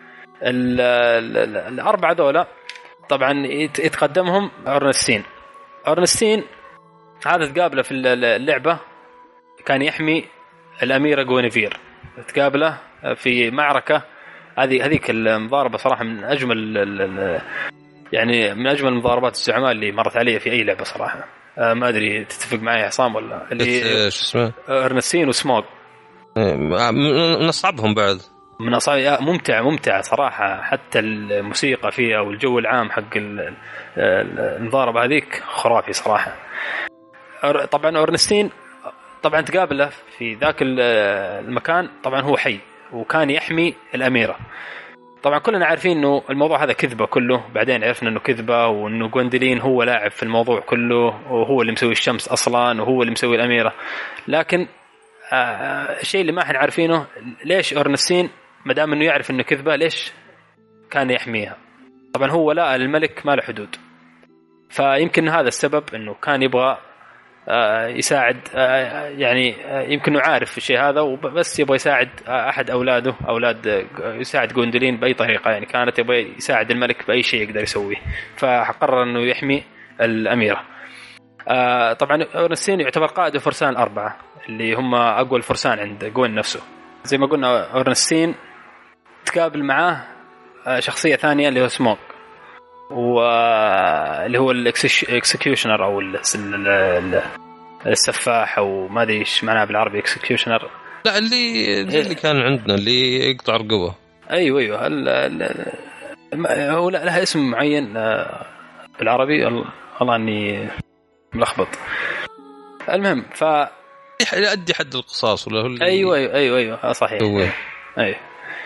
ال4 ذولا طبعا يتقدمهم أرنستين هذا تقابله في اللعبة، كان يحمي الأميرة غوينيفير، تقابله في معركة هذيك المضاربة صراحة من أجمل يعني من أجمل المضاربات الزعماء اللي مرت علي في أي لعبة صراحة. ما أدري تتفق معي عصام ولا اللي اسمه أرنستين وسموغ. من أصعبهم بعد، من أصعب. ممتع صراحة، حتى الموسيقى فيها والجو العام حق المضاربة هذيك خرافي صراحة. طبعا أورنستين طبعا تقابله في ذاك المكان، طبعا هو حي وكان يحمي الأميرة. طبعا كلنا عارفين انه الموضوع هذا كذبة كله، بعدين عرفنا انه كذبة، وانه جوندلين هو لاعب في الموضوع كله، وهو اللي مسوي الشمس اصلا، وهو اللي مسوي الأميرة. لكن الشيء اللي ما احنا عارفينه، ليش أورنستين مدام انه يعرف انه كذبة ليش كان يحميها؟ طبعا هو ولاء الملك ما له حدود، فيمكن هذا السبب انه كان يبغى يساعد، يعني يمكن انه عارف الشيء هذا وبس يبغى يساعد احد اولاده، يساعد جوندلين باي طريقه، يعني كانت يبغى يساعد الملك باي شيء يقدر يسويه، فقرر انه يحمي الاميره. طبعا أورنستين يعتبر قائد الفرسان الأربعة اللي هم اقوى الفرسان عند جوين نفسه. زي ما قلنا أورنستين تقابل معاه شخصيه ثانيه اللي هو سموك، واللي هو الاكسكيوشنر او السفاح، او ما ادري ايش معناه بالعربي اكسكيوشنر. لا اللي كان عندنا اللي يقطع رقبه. ايوه هو لها اسم معين بالعربي، والله اني ملخبط. المهم يؤدي حد القصاص ولا هو ايوه صحيح. ايوه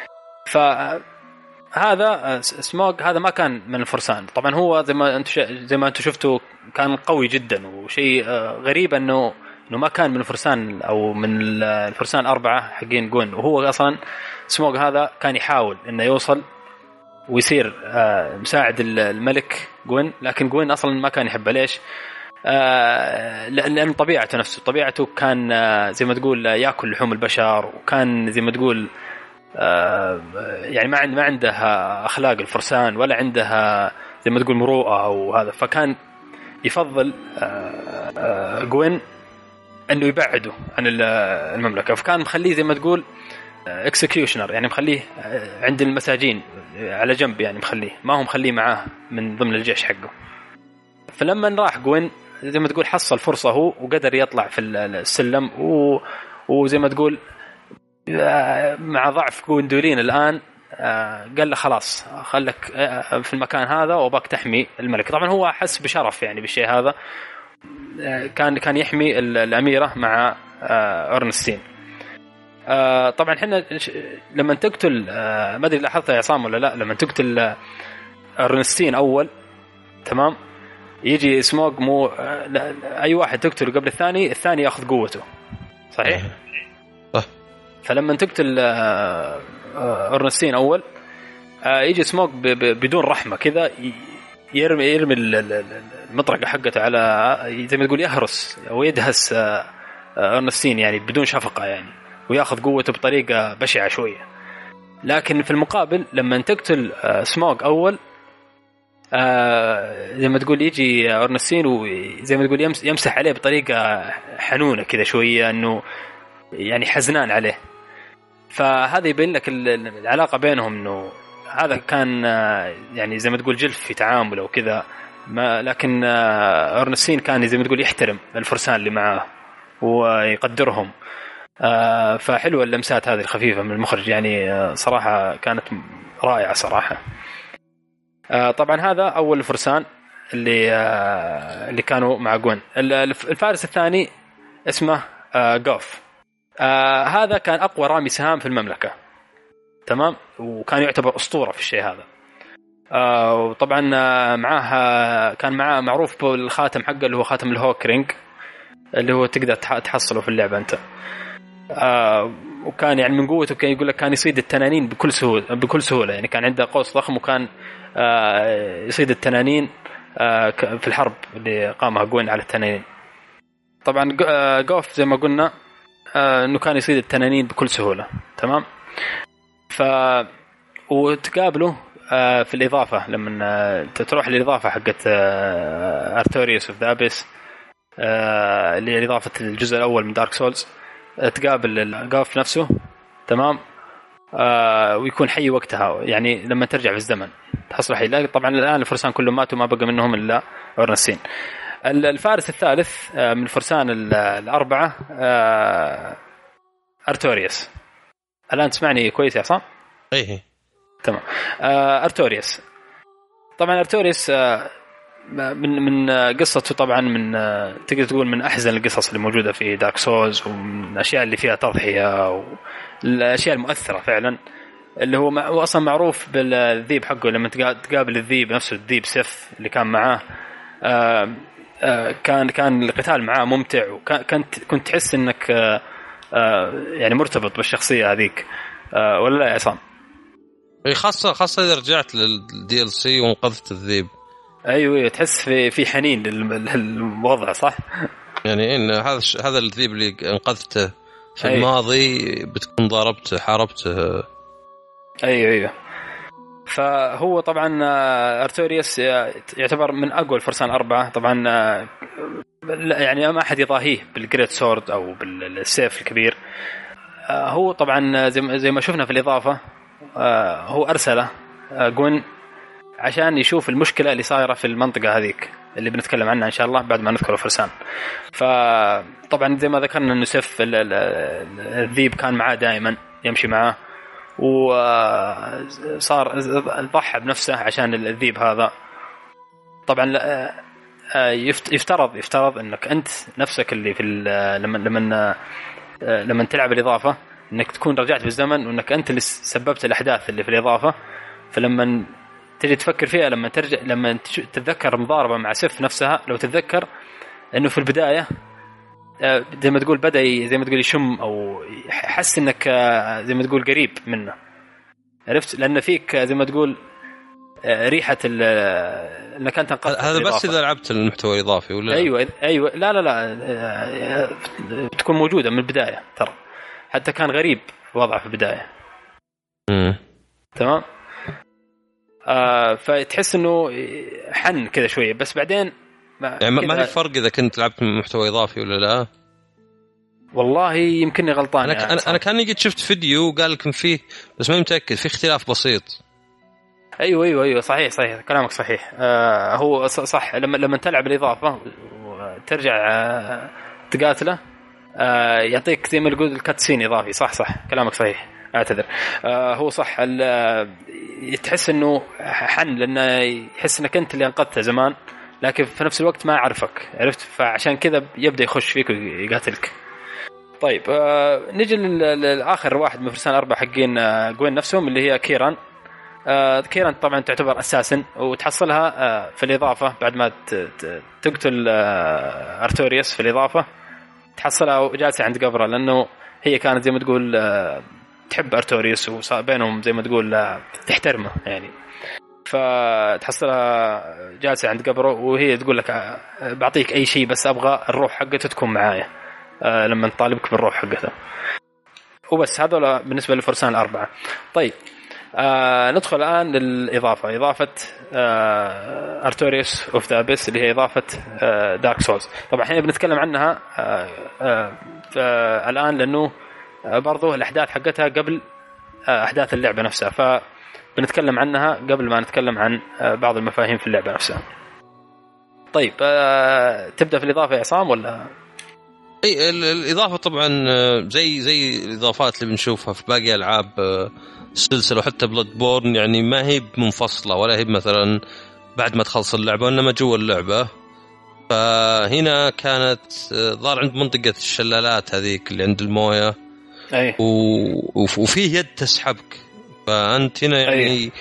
هذا سموغ هذا ما كان من الفرسان. طبعا هو زي ما انتم شفتوا كان قوي جدا، وشيء غريب انه ما كان من الفرسان او من الفرسان الأربعة حقين جون. وهو اصلا سموغ هذا كان يحاول انه يوصل ويصير مساعد الملك جون، لكن جون اصلا ما كان يحبه. ليش؟ لأن طبيعته كان زي ما تقول يأكل لحوم البشر، وكان زي ما تقول يعني ما عندها أخلاق الفرسان، ولا عندها زي ما تقول مروءة أو هذا. فكان يفضل جوين أنه يبعده عن المملكة، فكان مخليه زي ما تقول اكسكيوشنر، يعني مخليه عند المساجين على جنب، يعني ما هو مخليه معاه من ضمن الجيش حقه. فلما راح جوين زي ما تقول حصل فرصة هو، وقدر يطلع في السلم، وزي ما تقول مع ضعف جوندولين الآن قال له خلاص خلك في المكان هذا وباك تحمي الملك. طبعا هو حس بشرف يعني بالشيء هذا، كان يحمي الأميرة مع أورنستين. طبعا حنا لما تقتل ما أدري لاحظت يا عصام ولا لا، لما تقتل أورنستين أول تمام يجي سموغ مو أي واحد تقتله قبل الثاني يأخذ قوته، صحيح؟ فلما تقتل أورنستين أول يجي سموغ بدون رحمة كذا يرمي المطرقة حقته على زي ما تقول يهرس ويدهس أورنستين يعني بدون شفقة يعني، ويأخذ قوته بطريقة بشعة شوية. لكن في المقابل لما تقتل سموغ أول زي ما تقول يجي أورنستين وزي ما تقول يمسح عليه بطريقة حنونة كذا شوية، أنه يعني حزنان عليه. فهذا يبين لك العلاقة بينهم، أنه هذا كان يعني زي ما تقول جلف في تعامله وكذا، لكن أورنستين كان زي ما تقول يحترم الفرسان اللي معاه ويقدرهم. فحلوة اللمسات هذه الخفيفة من المخرج، يعني صراحة كانت رائعة صراحة. طبعا هذا أول الفرسان اللي كانوا مع جوين. الفارس الثاني اسمه غوف. هذا كان أقوى رامي سهام في المملكة، تمام، وكان يعتبر أسطورة في الشيء هذا. وطبعا كان معاه معروف بالخاتم حقه اللي هو خاتم الهوكرينج، اللي هو تقدر تحصله في اللعبة أنت. وكان يعني من قوته كان يقول لك كان يصيد التنانين بكل سهولة، يعني كان عنده قوس ضخم وكان يصيد التنانين في الحرب اللي قامها جوين على التنانين. طبعا غوف زي ما قلنا انه كان يصيد التنانين بكل سهولة، تمام. وتقابلوا في الإضافة لما تروح الإضافة حقت أرتوريوس اوف ذا أبيس اللي هي إضافة الجزء الأول من دارك سولز، تقابل غوف نفسه، تمام. ويكون حي وقتها، يعني لما ترجع في الزمن تحصل حي. طبعا الآن الفرسان كلهم ماتوا، ما بقى منهم إلا أورنستين. الفارس الثالث من الفرسان الأربعة ارتوريوس. الان تسمعني كويس يا عصام؟ ايه تمام. ارتوريوس طبعا ارتوريوس من قصته طبعا من تقدر تقول من احزن القصص اللي موجوده في دارك سولز، ومن الاشياء اللي فيها تضحيه والاشياء المؤثره فعلا، اللي هو اصلا معروف بالذيب حقه. لما تقابل الذيب نفسه، الذيب سيف اللي كان معاه، كان القتال معاه ممتع، كنت تحس انك يعني مرتبط بالشخصيه هذيك، ولا لا يا عصام؟ اي خاصه اذا رجعت للدي ال سي وانقذت الذيب. ايوه تحس في حنين للوضع، صح؟ يعني ان هذا الذيب اللي انقذته في الماضي بتكون ضربته حاربته. ايوه فهو طبعا ارتوريوس يعتبر من اقوى الفرسان 4 طبعا، يعني ما احد يضاهيه بالجريت سورد او بالسيف الكبير. هو طبعا زي ما شفنا في الاضافه، هو ارسله جوين عشان يشوف المشكله اللي صايره في المنطقه هذيك اللي بنتكلم عنها ان شاء الله بعد ما نذكر الفرسان. فطبعا زي ما ذكرنا انه سيف الذيب كان معاه دائما يمشي معاه، وصار ضحى بنفسه عشان الذيب هذا. طبعا يفترض انك انت نفسك اللي في لما تلعب الاضافه انك تكون رجعت بالزمن، وانك انت اللي سببت الاحداث اللي في الاضافه. فلما تجي تفكر فيها، لما تتذكر مضاربه مع سيف نفسها، لو تتذكر انه في البدايه زي ما تقول بدا زي ما تقول يشم او يحس انك زي ما تقول قريب منه، عرفت؟ لان فيك زي ما تقول ريحه انك انت انقذت. هذا بس اذا لعبت المحتوى الاضافي ولا؟ ايوه لا تكون موجوده من البدايه ترى، حتى كان غريب وضعه في البدايه. تمام. فتحس انه حن كذا شويه، بس بعدين يعني ما في فرق اذا كنت لعبت محتوى اضافي ولا لا؟ والله يمكنني غلطان. انا كان قد شفت فيديو وقال لكم فيه، بس ما متاكد، في اختلاف بسيط. ايوه صحيح كلامك صحيح. هو صح لما تلعب الاضافه وترجع تقاتله، يعطيك زي ما نقول الكاتسين اضافي. صح كلامك صحيح، اعتذر. هو صح، تحس انه حن، لانه يحس انك انت اللي انقذته زمان، لكن في نفس الوقت ما عرفك، عرفت؟ فعشان كذا يبدا يخش فيك ويقاتلك. طيب نجي لآخر واحد من فرسان 4 حقين جوين نفسهم، اللي هي كيران. كيران طبعا تعتبر أساسا، وتحصلها في الإضافة بعد ما تقتل أرتوريوس في الإضافة، تحصلها جالسة عند قبره، لأنه هي كانت زي ما تقول تحب أرتوريوس، وصار بينهم زي ما تقول تحترمه يعني. فتحصلها جالسة عند قبره، وهي تقول لك بعطيك أي شيء بس أبغى الروح حقته تكون معايا لما نطالبك بالروح حقته. وبس هذول بالنسبة للفرسان 4. طيب ندخل الآن للإضافة، إضافة أرتوريوس أوف ذا أبيس، اللي هي إضافة دارك سولز. طبعا احنا بنتكلم عنها الآن لأنه برضو الأحداث حقتها قبل أحداث اللعبة نفسها، فبنتكلم عنها قبل ما نتكلم عن بعض المفاهيم في اللعبة نفسها. طيب تبدأ في الإضافة يا عصام ولا؟ اي الإضافة طبعا زي الإضافات اللي بنشوفها في باقي ألعاب السلسلة، وحتى بلاد بورن، يعني ما هي منفصلة ولا هي مثلا بعد ما تخلص اللعبة، إنما جوا اللعبة. فهنا كانت ظهر عند منطقة الشلالات هذيك اللي عند الموية، وفيه يد تسحبك، فأنت هنا يعني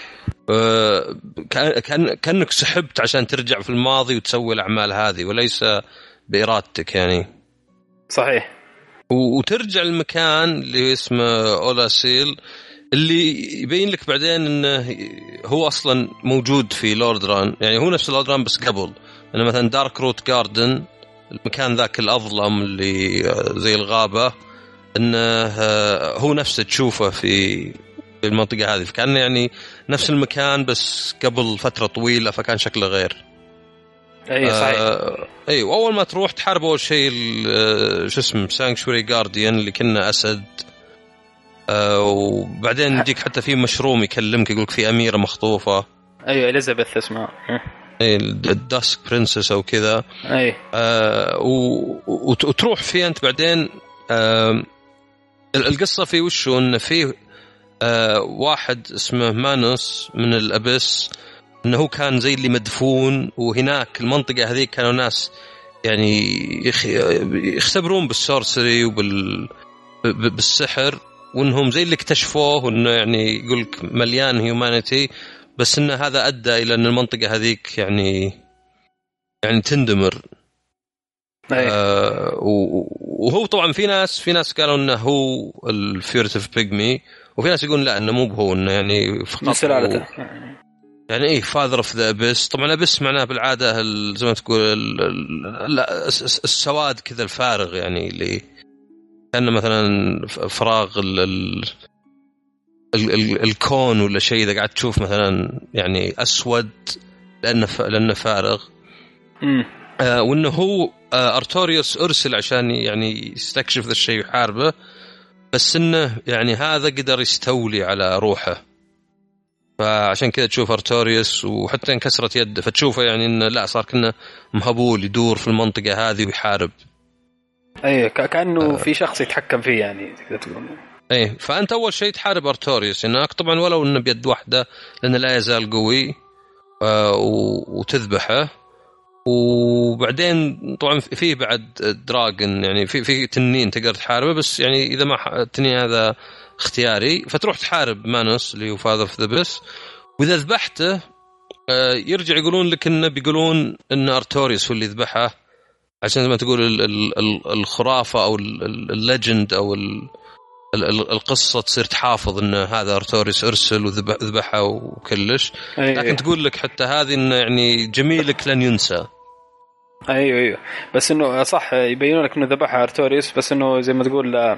كأنك سحبت عشان ترجع في الماضي وتسوي الأعمال هذه، وليس بإرادتك يعني. صحيح. وترجع المكان اللي اسمه أولاسيل، اللي يبين لك بعدين انه هو اصلا موجود في لوردران، يعني هو نفس لوردران بس قبل. يعني مثلا دارك روت جاردن، المكان ذاك الاظلم اللي زي الغابه، انه هو نفسه تشوفه في المنطقه هذه، فكان يعني نفس المكان بس قبل فتره طويله، فكان شكله غير. اي صحيح. اي واول ما تروح تحارب اول شيء شو اسمه سانكشوري جارديان اللي كنا اسد، وبعدين يجيك حتى في مشروم يكلمك يقولك في أميرة مخطوفة. أيوة إليزابيث اسمها، الداسك برنسس أو كذا. أي. وتروح فيه أنت بعدين القصة في وشو إن فيه واحد اسمه مانوس من الأبس، إنه هو كان زي اللي مدفون، وهناك المنطقة هذيك كانوا ناس يعني يختبرون بالسورسري بالسحر، وإنهم زي اللي اكتشفوه، وإنه يعني يقولك مليان هيومانيتي، بس إن هذا أدى إلى أن المنطقة هذيك يعني تندمر. وهو طبعا في ناس قالوا انه هو الفيورتيف بيجمي، وفي ناس يقولون لا انه مو هو، انه يعني من سلالته يعني ايه فاذر اوف ذا ابس. طبعا ابس معناه بالعاده زي ما تقول السواد كذا الفارغ، يعني اللي كان مثلا فراغ الكون ولا شيء، اذا قاعد تشوف مثلا يعني اسود لانه فارغ. وانه هو ارتوريوس ارسل عشان يعني يستكشف ذا الشيء ويحاربه، بس انه يعني هذا قدر يستولي على روحه، فعشان كذا تشوف ارتوريوس وحتى انكسرت يده، فتشوفه يعني انه لا صار كأنه مهبول يدور في المنطقه هذه ويحارب. اي كانه في شخص يتحكم فيه يعني تقدر تقول. اي فانت اول شيء تحارب ارتوريوس هناك طبعا، ولو انه بيد واحده لانه لا يزال قوي، وتذبحه. وبعدين طبعا فيه بعد دراجون، يعني في تنين تقدر تحاربه، بس يعني اذا ما التنين هذا اختياري فتروح تحارب مانوس اللي هو فاذر اوف ذا بس، واذا ذبحته يرجع يقولون لك انه بيقولون ان ارتوريوس هو اللي ذبحه، عشان زي ما تقول الخرافه او الليجند او القصه تصير تحافظ ان هذا ارتوريوس ارسل وذبحه وكلش. لكن تقول لك حتى هذه انه يعني جميلك لن ينسى. ايوه بس انه صح يبينون لك انه ذبحها ارتوريوس، بس انه زي ما تقول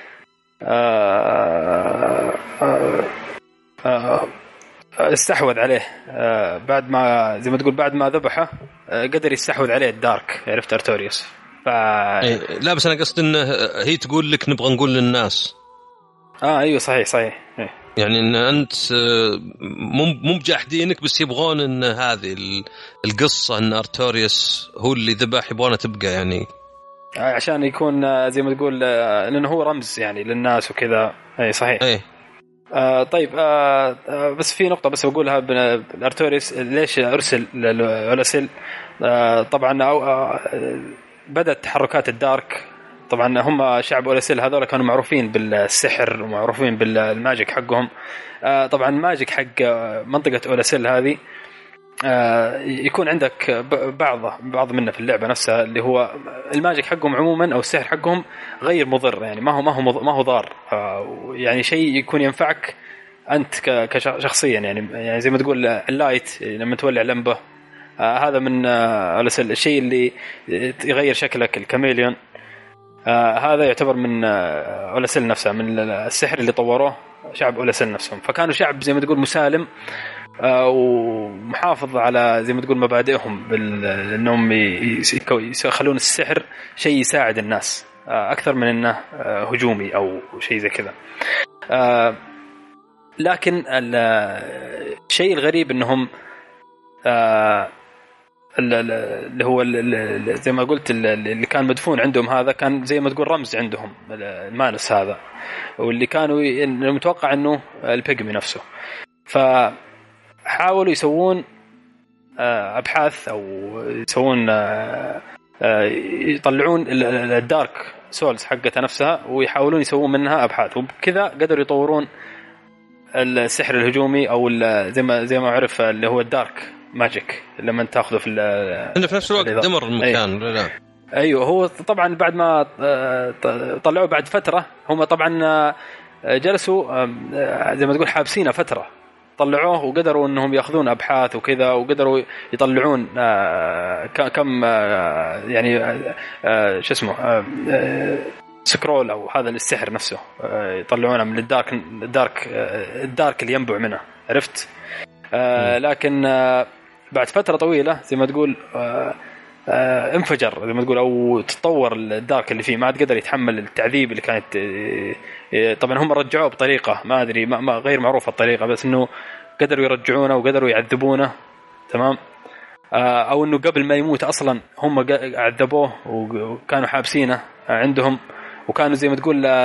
استحوذ عليه بعد ما زي ما تقول بعد ما ذبحه قدر يستحوذ عليه الدارك، عرفت ارتوريوس. لا بس انا قصدي انه هي تقول لك نبغى نقول للناس. ايوه صحيح يعني ان انت مو بجاحدينك، بس يبغون ان هذه القصه ان ارتوريوس هو اللي ذبح، يبغونه تبقى يعني عشان يكون زي ما تقول لانه هو رمز يعني للناس وكذا. اي صحيح. طيب بس في نقطه بس بقولها بالارتوريوس ليش ارسل لأوليسيل. طبعا بدأت تحركات الدارك. طبعا هم شعب أوليسيل هذول كانوا معروفين بالسحر ومعروفين بالماجيك حقهم. طبعا الماجيك حق منطقة أوليسيل هذه يكون عندك بعض منه في اللعبة نفسها، اللي هو الماجيك حقهم عموما أو السحر حقهم غير مضر، يعني ما هو ضار، يعني شيء يكون ينفعك أنت كشخصيا، يعني زي ما تقول اللايت لما تولع لمبة، هذا من أوليسيل. الشيء اللي يغير شكلك الكاميليون، هذا يعتبر من أوليسيل نفسه، من السحر اللي طوروه شعب أوليسيل نفسهم. فكانوا شعب زي ما تقول مسالم ومحافظ على زي ما تقول مبادئهم بأنهم يخلون السحر شيء يساعد الناس أكثر من أنه هجومي أو شيء زي كذا. لكن الشيء الغريب أنهم اللي هو زي ما قلت اللي كان مدفون عندهم هذا كان زي ما تقول رمز عندهم، المانوس هذا، واللي كانوا متوقع انه البيجمي نفسه. فحاولوا يسوون ابحاث او يسوون يطلعون الدارك سولز حقتها نفسها ويحاولون يسوون منها ابحاث، وبكذا قدروا يطورون السحر الهجومي او زي ما عرف اللي هو الدارك ماجيك لما تاخذه في نفس الوقت دمر المكان. لا ايوه هو طبعا بعد ما طلعوه بعد فتره، هم طبعا جلسوا زي ما تقول حابسينه فتره، طلعوه وقدروا انهم ياخذون ابحاث وكذا، وقدروا يطلعون كم يعني شو اسمه سكرول او هذا السحر نفسه، يطلعونه من الدارك اللي ينبع منه، عرفت. لكن بعد فترة طويلة زي ما تقول انفجر زي ما تقول، أو تطور الدارك اللي فيه، ما عاد قدر يتحمل التعذيب اللي كانت. طبعا هم رجعوه بطريقة ما أدري ما غير معروفة الطريقة، بس إنه قدروا يرجعونه وقدروا يعذبونه، تمام. أو إنه قبل ما يموت أصلا هم عذبوه وكانوا حابسينه عندهم، وكانوا زي ما تقول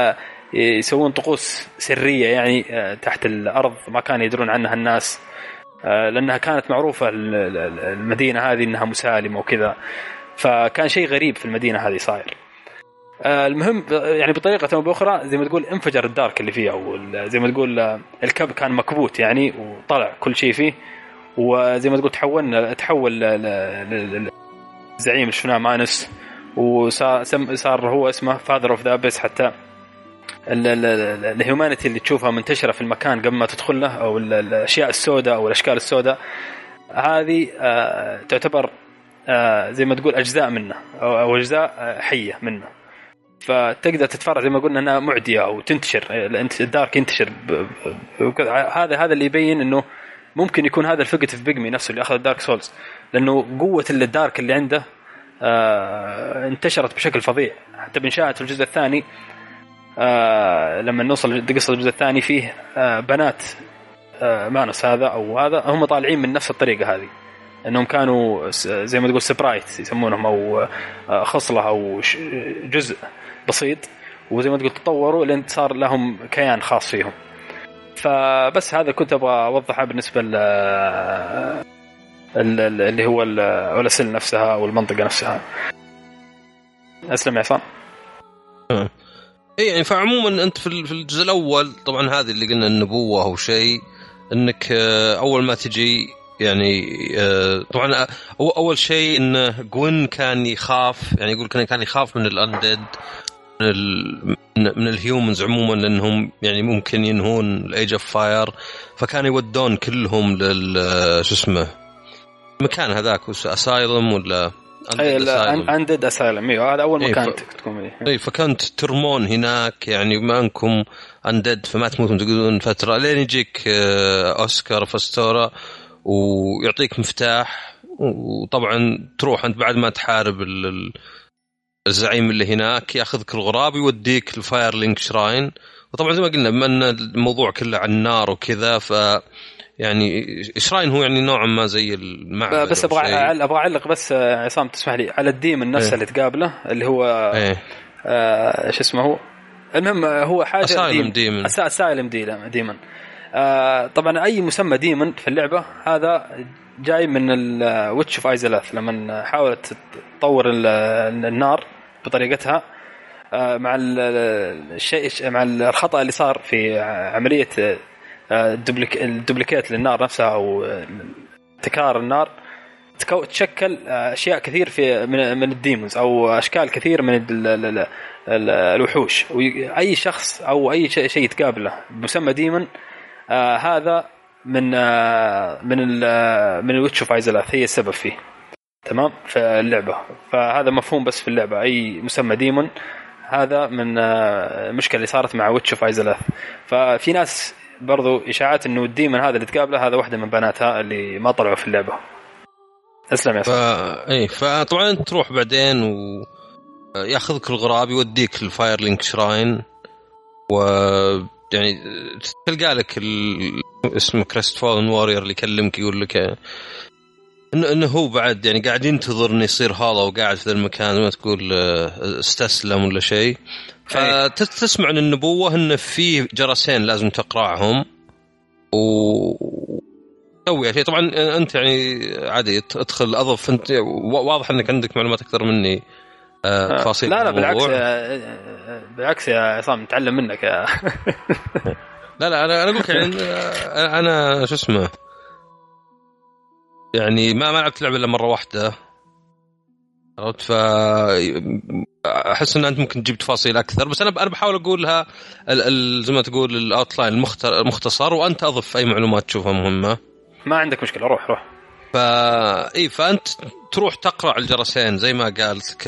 يسوون طقوس سرية يعني تحت الأرض ما كانوا يدرون عنها الناس، لأنها كانت معروفة المدينة هذه أنها مسالمة وكذا، فكان شيء غريب في المدينة هذه صاير. المهم يعني بطريقة أو بأخرى زي ما تقول انفجر الدارك اللي فيها، وزي ما تقول الكب كان مكبوت يعني وطلع كل شيء فيه، وزي ما تقول تحول لزعيم شفناه مانس، وصار هو اسمه فاذر اوف ذا ابيس. حتى الهيومانيتي اللي تشوفها منتشرة في المكان قبل ما تدخل له، أو الأشياء السوداء أو الأشكال السوداء هذه تعتبر زي ما تقول أجزاء منه أو أجزاء حية منه، فتقدر تتفرج زي ما قلنا أنها معدية أو تنتشر، الدارك ينتشر هذا اللي يبين أنه ممكن يكون هذا الفقت في بيجمي نفسه اللي أخذ الدارك سولز، لأنه قوة الدارك اللي عنده انتشرت بشكل فظيع. حتى بنشاهد في الجزء الثاني لما نوصل قصة الجزء الثاني فيه بنات مانوس هذا أو هذا هم طالعين من نفس الطريقة هذه، أنهم كانوا زي ما تقول سبرايت يسمونهم، أو خصلة أو جزء بسيط، وزي ما تقول تطوروا لأن صار لهم كيان خاص فيهم. فبس هذا كنت أبغى أوضحها بالنسبة اللي هو الأولسل نفسها أو المنطقة نفسها. أسلم يا عصام. اي يعني فعموما انت في الجزء الاول طبعا هذه اللي قلنا النبوه او شيء، انك اول ما تجي يعني طبعا اول شيء ان جوين كان يخاف، يعني يقول كان يخاف من الاندد من الهيومنز عموما، لانهم يعني ممكن ينهون الايج اوف فاير، فكان يودون كلهم شو اسمه المكان هذاك اسايلم ولا اندد اسايلم. هذا اول مكان تكون اي فكنت ترمون هناك يعني ما انكم اندد فما تموتون تقعدون فتره لين يجيك اوسكار فاستورا ويعطيك مفتاح، وطبعا تروح انت بعد ما تحارب الزعيم اللي هناك ياخذك الغراب يوديك الفايرلينك شراين. وطبعا زي ما قلنا بما ان الموضوع كله عن النار وكذا، ف يعني شراين هو يعني نوعا ما زي المعبد. بس ابغى اعلق بس عصام تسمح لي على الديمن نفسه اللي تقابله اللي هو ايش اسمه هو، المهم هو حاجه اسايلم ديمن. طبعا اي مسمى ديمن في اللعبه هذا جاي من الويتش اوف ايزلاث لما حاولت تطور النار بطريقتها مع الشيء مع الخطأ اللي صار في عمليه الدوبليكيت للنار نفسها او تكرار النار، تشكل اشياء كثير في من الديمونز او اشكال كثير من الوحوش. واي شخص او اي شيء تقابله بمسمى ديمون هذا من الويتش اوف ايزلاث هي السبب فيه، تمام، في اللعبه. فهذا مفهوم بس في اللعبه، اي مسمى ديمون هذا من المشكله اللي صارت مع ويتش اوف ايزلاث. ففي ناس برضو إشاعات إنه الديمن هذا اللي تقابله هذا واحدة من بناتها اللي ما طلعوا في اللعبة. أسلم يا صاحبي. فطبعا تروح بعدين ويأخذك الغراب يوديك الفايرلينك شراين، ويعني تلقى لك اسمه كريست فولن وارير اللي يكلمك يقول لك إنه هو بعد يعني قاعد ينتظر إنه يصير هذا وقاعد في المكان، ما تقول استسلم ولا شيء. فتسمع عن النبوة إن في جرسين لازم تقرأهم وتسوي شيء. طبعا أنت يعني عادي ادخل أضف، أنت واضح أنك عندك معلومات أكثر مني تفاصيل. لا بالعكس يا عصام نتعلم منك يا لا أنا أقولك يعني أنا شو اسمه يعني ما لعبت لعبة إلا مرة واحدة، فأحس أن أنت ممكن تجيب تفاصيل أكثر، بس أنا بحاول أقولها زي ما تقول الأوتلاين المختصر، وأنت أضف أي معلومات تشوفها مهمة. ما عندك مشكلة، روح. فأنت تروح تقرأ الجرسين زي ما قالت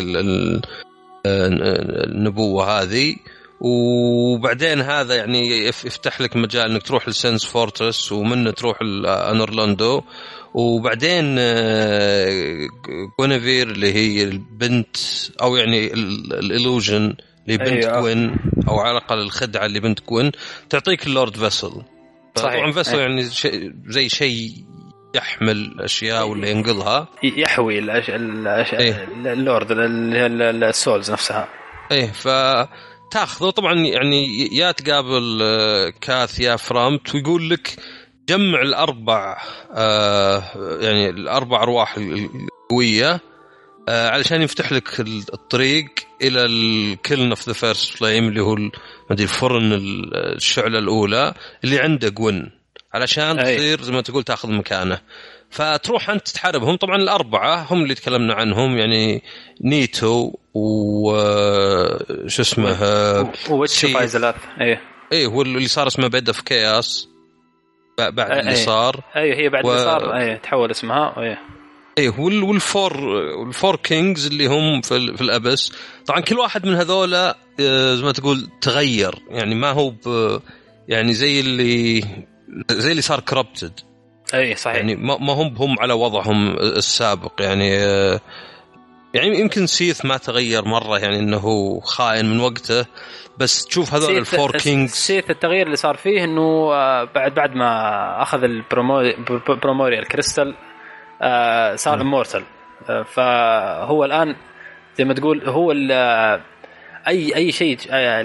النبوة هذه، وبعدين هذا يعني يفتح لك مجال انك تروح لسنس فورترس ومنه تروح لأنورلاندو، وبعدين غونيفير اللي هي البنت او يعني الإلوجن اللي بنت كوين، او على الاقل الخدعه اللي بنت كوين تعطيك اللورد فيسل. طبعا فيسل يعني زي شيء يحمل اشياء ولا ينقلها، اللورد السولز نفسها. تاخذه طبعا يعني يا تقابل كاث يا فرامت ويقول لك جمع الأربع يعني الأربع أرواح القوية علشان يفتح لك الطريق إلى الكلن اوف ذا فيرست فليم اللي هو الفرن الشعلة الأولى اللي عنده جوين علشان تصير زي ما تقول تاخذ مكانه. فتروح أنت تحاربهم. طبعا الأربعة هم اللي تكلمنا عنهم يعني نيتو وش اسمه ويتشفايزلات ايه هو اللي صار اسمه بيد اوف كياس بعد اللي صار هي بعد اللي صار تحول اسمها ايه والفور كينجز اللي هم في الابس. طبعا كل واحد من هذولا زي ما تقول تغير يعني ما هو يعني زي اللي صار كربتد. صحيح يعني ما هم على وضعهم السابق يعني يمكن سيث ما تغير مرة يعني انه خائن من وقته بس تشوف هذول الفور كينجز. سيث التغيير اللي صار فيه انه بعد ما اخذ البروموريال كريستال صار امورتال. فهو الان زي ما تقول هو اي شيء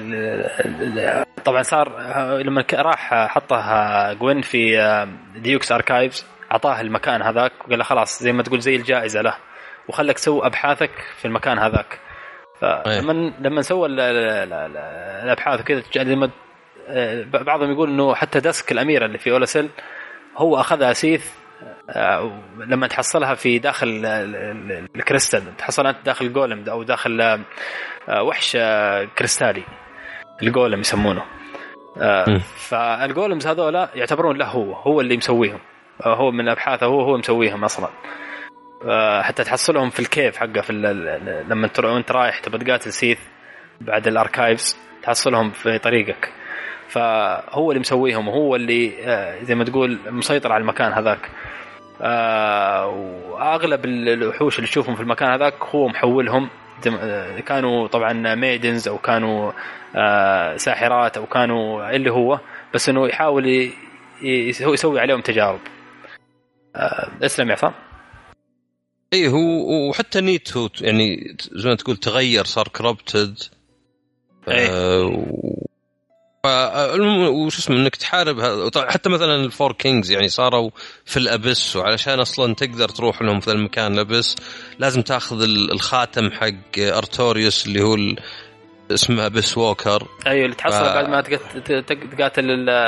طبعا صار لما راح حطه جوين في ديوكس اركايفز اعطاه المكان هذاك وقال له خلاص زي ما تقول زي الجائزة له وخلك سوي ابحاثك في المكان هذاك. فلما سوى الابحاث كذا بعضهم يقول انه حتى دسك الاميره اللي في اولاسيل هو اخذها سيث لما تحصلها في داخل الكريستال. تحصلها انت داخل جولم او داخل وحش كريستالي الجولم يسمونه. فالجولمز هذولا يعتبرون له هو اللي مسويهم. هو من ابحاثه هو مسويهم اصلا. حتى تحصلهم في الكيف حقه في لما انت رايح تبى تقاتل سيث بعد الاركايفز تحصلهم في طريقك. فهو اللي مسويهم وهو اللي زي ما تقول مسيطر على المكان هذاك. واغلب الوحوش اللي تشوفهم في المكان هذاك هو محولهم. كانوا طبعا ميدنز او كانوا ساحرات او كانوا اللي هو بس انه يحاول يسوي عليهم تجارب. اسلم يا عصام. ايه هو وحتى نيتو يعني زي ما تقول تغير صار كربتد. وش اسمه انك تحارب حتى مثلا الفور كينجز يعني صاروا في الابس وعلشان اصلا تقدر تروح لهم في المكان الابس لازم تاخذ الخاتم حق ارتوريوس اللي هو اسمه ابس ووكر. اللي تحصل بعد ما تقاتل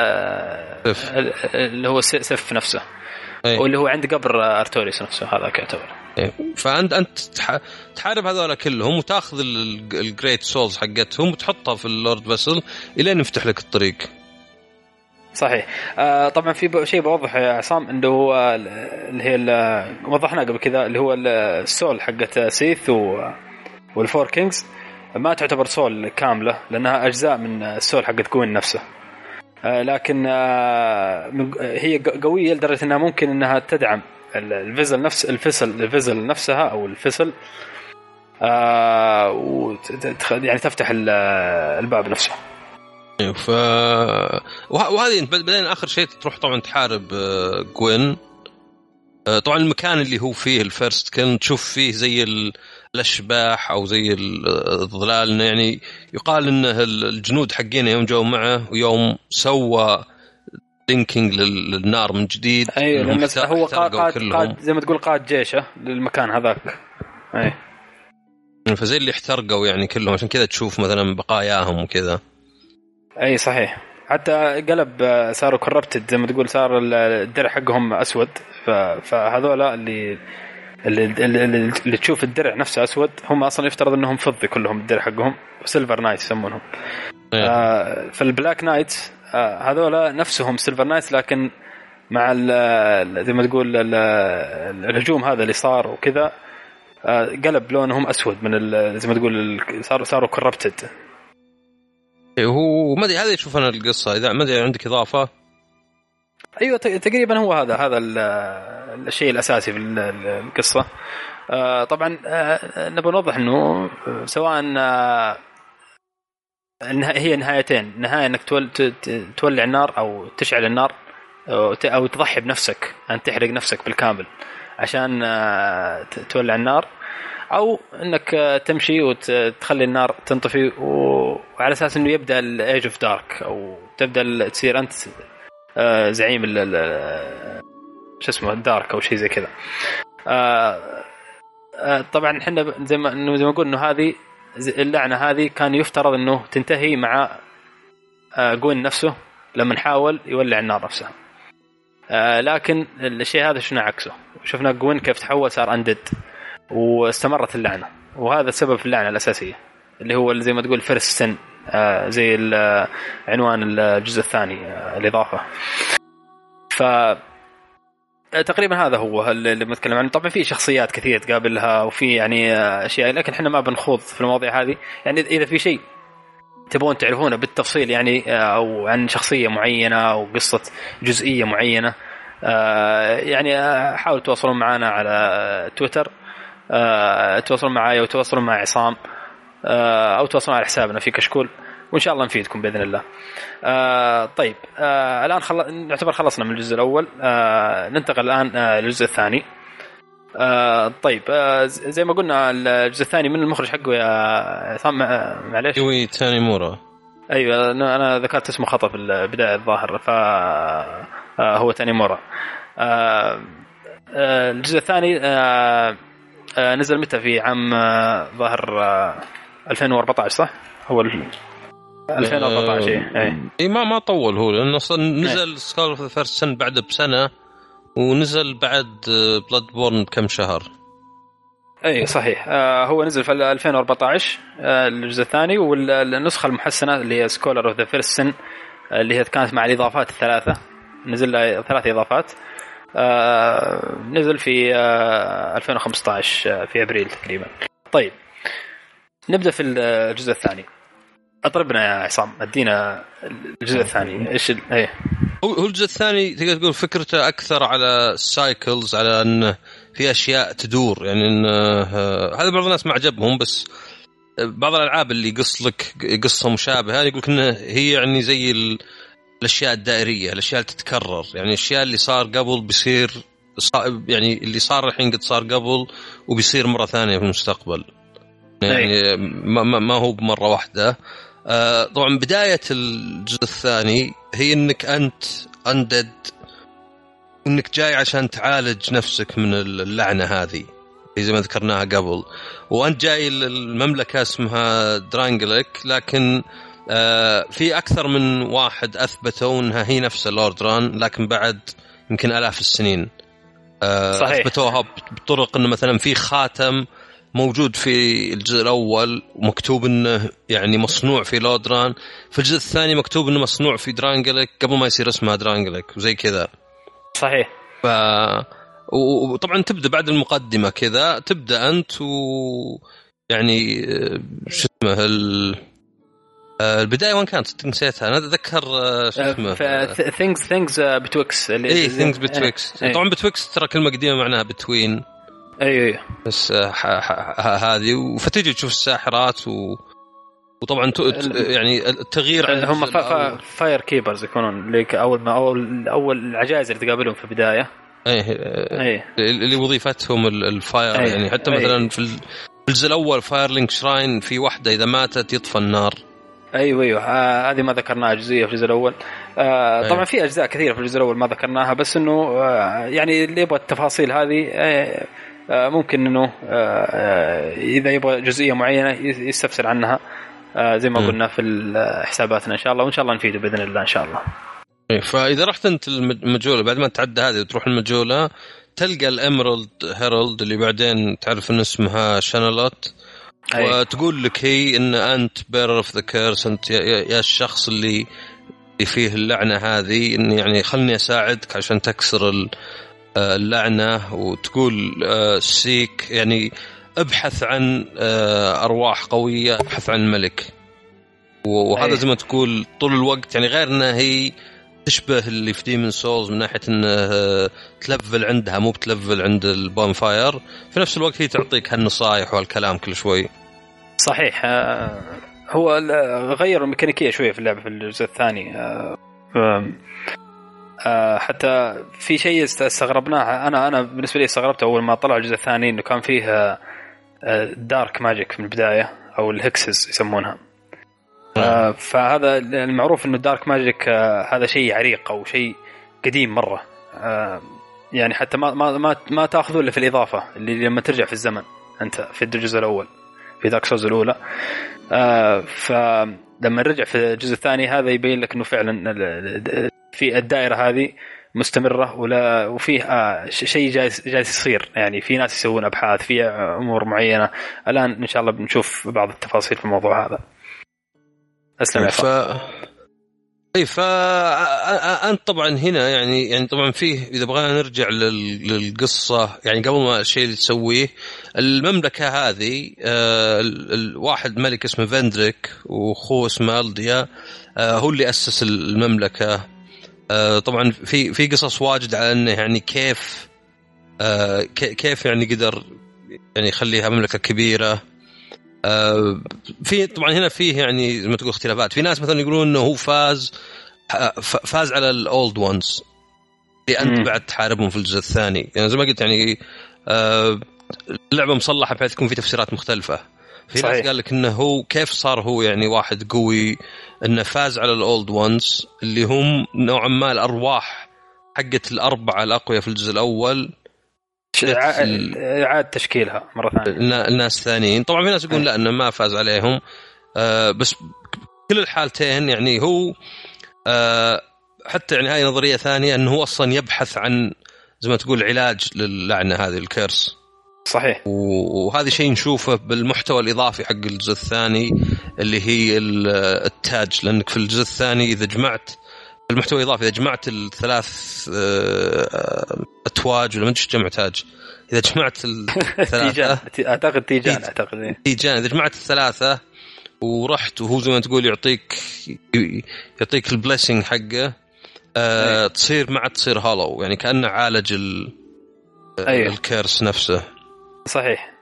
اللي هو سيف نفسه. واللي هو عند قبر ارتوريوس نفسه هذا كيعتبر. فانت تحارب هذول كلهم وتاخذ الجريت سولز حقتهم وتحطها في اللورد فيسل الين يفتح لك الطريق. صحيح. طبعا في شيء بوضح يا عصام انه هو اللي هي وضحنا قبل كذا اللي هو السول حقت سيث والفور كينجز ما تعتبر سول كامله لانها اجزاء من السول حقت كوين نفسه. لكن هي قويه لدرجه انها ممكن انها تدعم الفيزل نفس الفيزل نفسها او الفيزل يعني تفتح الباب نفسه. وهذه بعدين اخر شيء تروح طبعا تحارب جوين. طبعا المكان اللي هو فيه الفيرست كن تشوف فيه زي الاشباح او زي الظلال يعني يقال انه الجنود حقينه يوم جو معه ويوم سوى لينكينج للنار من جديد. ايوه هو قاد زي ما تقول قاد جيشه للمكان هذاك. فزي اللي احترقوا يعني كلهم عشان كذا تشوف مثلا بقاياهم وكذا. اي صحيح. حتى قلب صاروا كربتد زي ما تقول صار الدرع حقهم اسود. فهذولا اللي تشوف الدرع نفسه اسود هم اصلا يفترض انهم فضي كلهم الدرع حقهم سيلفر نايت يسمونهم. فالبلاك نايت هذولا نفسهم سيلفر نايت لكن مع زي ما تقول الهجوم هذا اللي صار وكذا قلب لونهم اسود من زي ما تقول صاروا كربتد. هو ما ادري هذا يشوف انا القصه اذا ما ادري عندك اضافه. ايوه تقريبا هو هذا الشيء الاساسي في القصه. طبعا نبغى نوضح انه سواء هي نهايتين. نهايه انك تولع النار او تشعل النار او تضحي بنفسك ان تحرق نفسك بالكامل عشان تولع النار او انك تمشي وتخلي النار تنطفي وعلى اساس انه يبدا الايج اوف دارك او تبدا تصير انت زعيم شو اسمه الدارك او شيء زي كذا. طبعا احنا زي ما قلنا انه هذه اللعنه هذه كان يفترض انه تنتهي مع جوين نفسه لما نحاول يولع النار نفسها، لكن الشيء هذا شفنا عكسه، شفنا جوين كيف تحول صار اندد واستمرت اللعنه، وهذا السبب في اللعنه الاساسيه اللي هو زي ما تقول فيرست سن، زي عنوان الجزء الثاني الاضافه. ف تقريبا هذا هو اللي بنتكلم عنه. طبعا في شخصيات كثيره تقابلها وفي يعني اشياء، لكن احنا ما بنخوض في المواضيع هذه. يعني اذا في شيء تبون تعرفونه بالتفصيل يعني او عن شخصيه معينه او قصه جزئيه معينه، يعني حاولوا تواصلون معنا على تويتر، تواصلون معي وتواصلون مع عصام، او تواصلون على حسابنا في كشكول، وان شاء الله نفيدكم باذن الله. طيب الان نعتبر خلصنا من الجزء الاول، ننتقل الان للجزء الثاني. طيب زي ما قلنا الجزء الثاني من المخرج حقه يا عصام، معليش يوي تانيمورا. ايوه انا ذكرت اسمه خطا في البدايه الظاهر، فهو تانيمورا. الجزء الثاني نزل متى؟ في عام ظهر 2014 صح؟ هو 2014 اي ما طول هو، لانه نزل سكال اوف ذا فيرست سن بعد بسنه، ونزل بعد بلاد بورن بكم شهر. اي صحيح. هو نزل في 2014 الجزء الثاني، والنسخه المحسنه اللي هي سكولر اوف ذا فيرست سن اللي هي كانت مع الاضافات الثلاثه، نزل 3 اضافات. نزل في 2015 في ابريل تقريبا. طيب نبدا في الجزء الثاني. اطربنا يا عصام، ادينا الجزء الثاني ايش هو الجزء الثاني تقدر تقول فكرته اكثر على السايكلز، على ان في اشياء تدور، يعني ان هذا بعض الناس ما عجبهم، بس بعض الالعاب اللي يقص لك قصه مشابهه يقول لك انه هي يعني زي الاشياء الدائريه، الاشياء اللي تتكرر، يعني الاشياء اللي صار قبل بيصير، يعني اللي صار الحين قد صار قبل وبيصير مره ثانيه في المستقبل، يعني ما هو بمره واحده. طبعا بدايه الجزء الثاني هي انك انت اندد، انك جاي عشان تعالج نفسك من اللعنه هذه زي ما ذكرناها قبل، وانت جاي المملكه اسمها درانجليك، لكن في اكثر من واحد اثبتوا انها هي نفس اللوردران، لكن بعد يمكن آلاف السنين. اثبتوها بطرق انه مثلا في خاتم موجود في الجزء الاول ومكتوب انه يعني مصنوع في لودران، في الجزء الثاني مكتوب انه مصنوع في درانجليك قبل ما يصير اسمها درانجليك وزي كذا. صحيح. وطبعا تبدا بعد المقدمه كذا، تبدا انت يعني شو اسمه البدايه وين كانت نسيتها انا، اتذكر شو اسمه things betwixt اي things betwixt. طبعا betwixt ترى كلمه قديمه معناها between. ايوه بس هذه فتجي تشوف الساحرات وطبعا يعني التغيير هم فاير كيبرز يكونون اللي اول العجائز اللي تقابلهم في البدايه. اللي وظيفتهم الفاير. يعني حتى مثلا في الجزء الاول فايرلينك شراين في واحده اذا ماتت يطفى النار. ايوه هذه ما ذكرناها جزئيه في الجزء الاول. طبعا في اجزاء كثيره في الجزء الاول ما ذكرناها، بس انه يعني اللي يبغى التفاصيل هذه ممكن انه اذا يبغى جزئيه معينه يستفسر عنها زي ما قلنا في حساباتنا ان شاء الله، وان شاء الله نفيده باذن الله ان شاء الله. فاذا رحت انت المجوله بعد ما تعدى هذه وتروح المجوله تلقى الاميرالد هيرالد اللي بعدين تعرف ان اسمها شانلوت، وتقول لك هي ان انت بيرر اوف ذا كيرس، انت يا الشخص اللي فيه اللعنه هذه، ان يعني خلني اساعدك عشان تكسر اللعنه، وتقول سيك يعني ابحث عن ارواح قويه، ابحث عن ملك. وهذا زي ما تقول طول الوقت، يعني غير انها هي تشبه اللي في ديمن سولز من ناحيه انه تلفل عندها مو بتلفل عند البون فاير، في نفس الوقت هي تعطيك هالنصائح والكلام كل شوي. صحيح. هو غير الميكانيكيه شويه في اللعبه في الجزء الثاني. حتى في شيء استغربناه، انا بالنسبه لي استغربت اول ما طلع الجزء الثاني، انه كان فيه دارك ماجيك من البداية أو الهكسز يسمونها. فهذا المعروف إنه دارك ماجيك هذا شيء عريق أو شيء قديم مرة، يعني حتى ما تأخذه إلا في الإضافة اللي لما ترجع في الزمن أنت في الجزء الأول في دارك سولز الأولى. فلما نرجع في الجزء الثاني هذا يبين لك إنه فعلا في الدائرة هذه مستمرة وفيه شيء جالس يصير، يعني في ناس يسوون أبحاث في أمور معينة. الآن إن شاء الله بنشوف بعض التفاصيل في الموضوع هذا. أسلم يا أنت طبعا هنا يعني طبعا فيه إذا بغينا نرجع للقصة، يعني قبل ما الشيء اللي تسويه المملكة هذه، الواحد ملك اسمه فندريك وأخوه اسمه ألديا، هو اللي أسس المملكة. طبعا في قصص واجد على انه يعني كيف يعني قدر يعني يخليها مملكه كبيره. في طبعا هنا فيه يعني زي ما تقول اختلافات. في ناس مثلا يقولون انه هو فاز على الاولد وانز اللي انت بعد تحاربهم في الجزء الثاني. يعني زي ما قلت يعني اللعبه مصلحه بحيث يكون في تفسيرات مختلفه. في ناس قال لك انه هو كيف صار هو يعني واحد قوي، انه فاز على الاولد وانز اللي هم نوعا ما الارواح حقت الاربعه الاقوياء في الجزء الاول، عاد تشكيلها مره ثانيه الناس ثانيين. طبعا في ناس يقول لا انه ما فاز عليهم. بس كل الحالتين يعني هو حتى يعني هاي نظريه ثانيه انه هو اصلا يبحث عن زي ما تقول علاج للعنه هذه الكيرس. صحيح. وهذا شيء نشوفه بالمحتوى الإضافي حق الجزء الثاني اللي هي التاج، لأنك في الجزء الثاني إذا جمعت المحتوى الإضافي، إذا جمعت الثلاث أتواج ولا ما أدري جمع تاج، إذا جمعت الثلاثة أعتقد تيجان إذا جمعت الثلاثة ورحت وهو زي ما تقول يعطيك البليسنج حقه، تصير هالو، يعني كأنه عالج الكيرس نفسه. صحيح.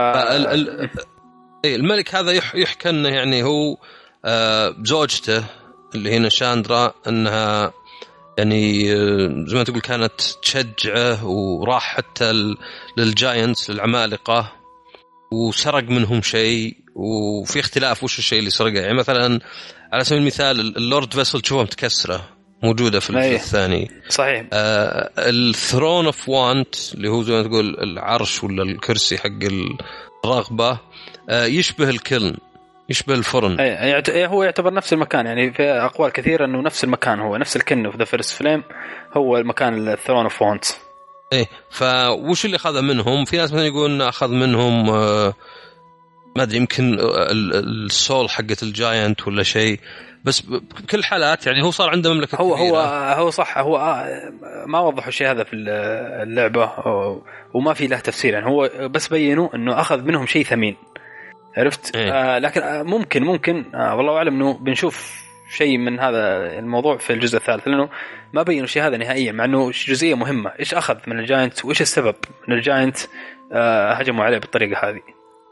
الملك هذا يحكى انه يعني هو زوجته اللي هنا شاندرا انها يعني زي ما تقول كانت تشجعه، وراح حتى للجاينتس للعمالقة وسرق منهم شيء، وفي اختلاف وش الشيء اللي سرقه. يعني مثلا على سبيل المثال اللورد فيسل تشوفها متكسرة موجودة في الجزء الثاني. صحيح. الثرون اوف وانت اللي هو زي ما تقول العرش ولا الكرسي حق الرغبة، يشبه الكلن، يشبه الفرن. هو يعتبر نفس المكان، يعني في أقوال كثيرة أنه نفس المكان، هو نفس الكن في ذا فيرست فليم هو المكان الثرون اوف وانت. فوش اللي أخذ منهم؟ في ناس مثلا يقولون أخذ منهم ما أدري يمكن السول حقة الجاينت ولا شيء. بس بكل حالات يعني هو صار عنده مملكة كبيرة. هو صح، هو ما وضحوا الشيء هذا في اللعبة وما في له تفسير، يعني هو بس بينوا انه اخذ منهم شيء ثمين، عرفت؟ لكن ممكن والله اعلم انه بنشوف شيء من هذا الموضوع في الجزء الثالث، لانه ما بينوا الشيء هذا نهائيا، مع انه جزئية مهمة. ايش اخذ من الجاينت وايش السبب من الجاينت هجموا عليه بالطريقة هذه؟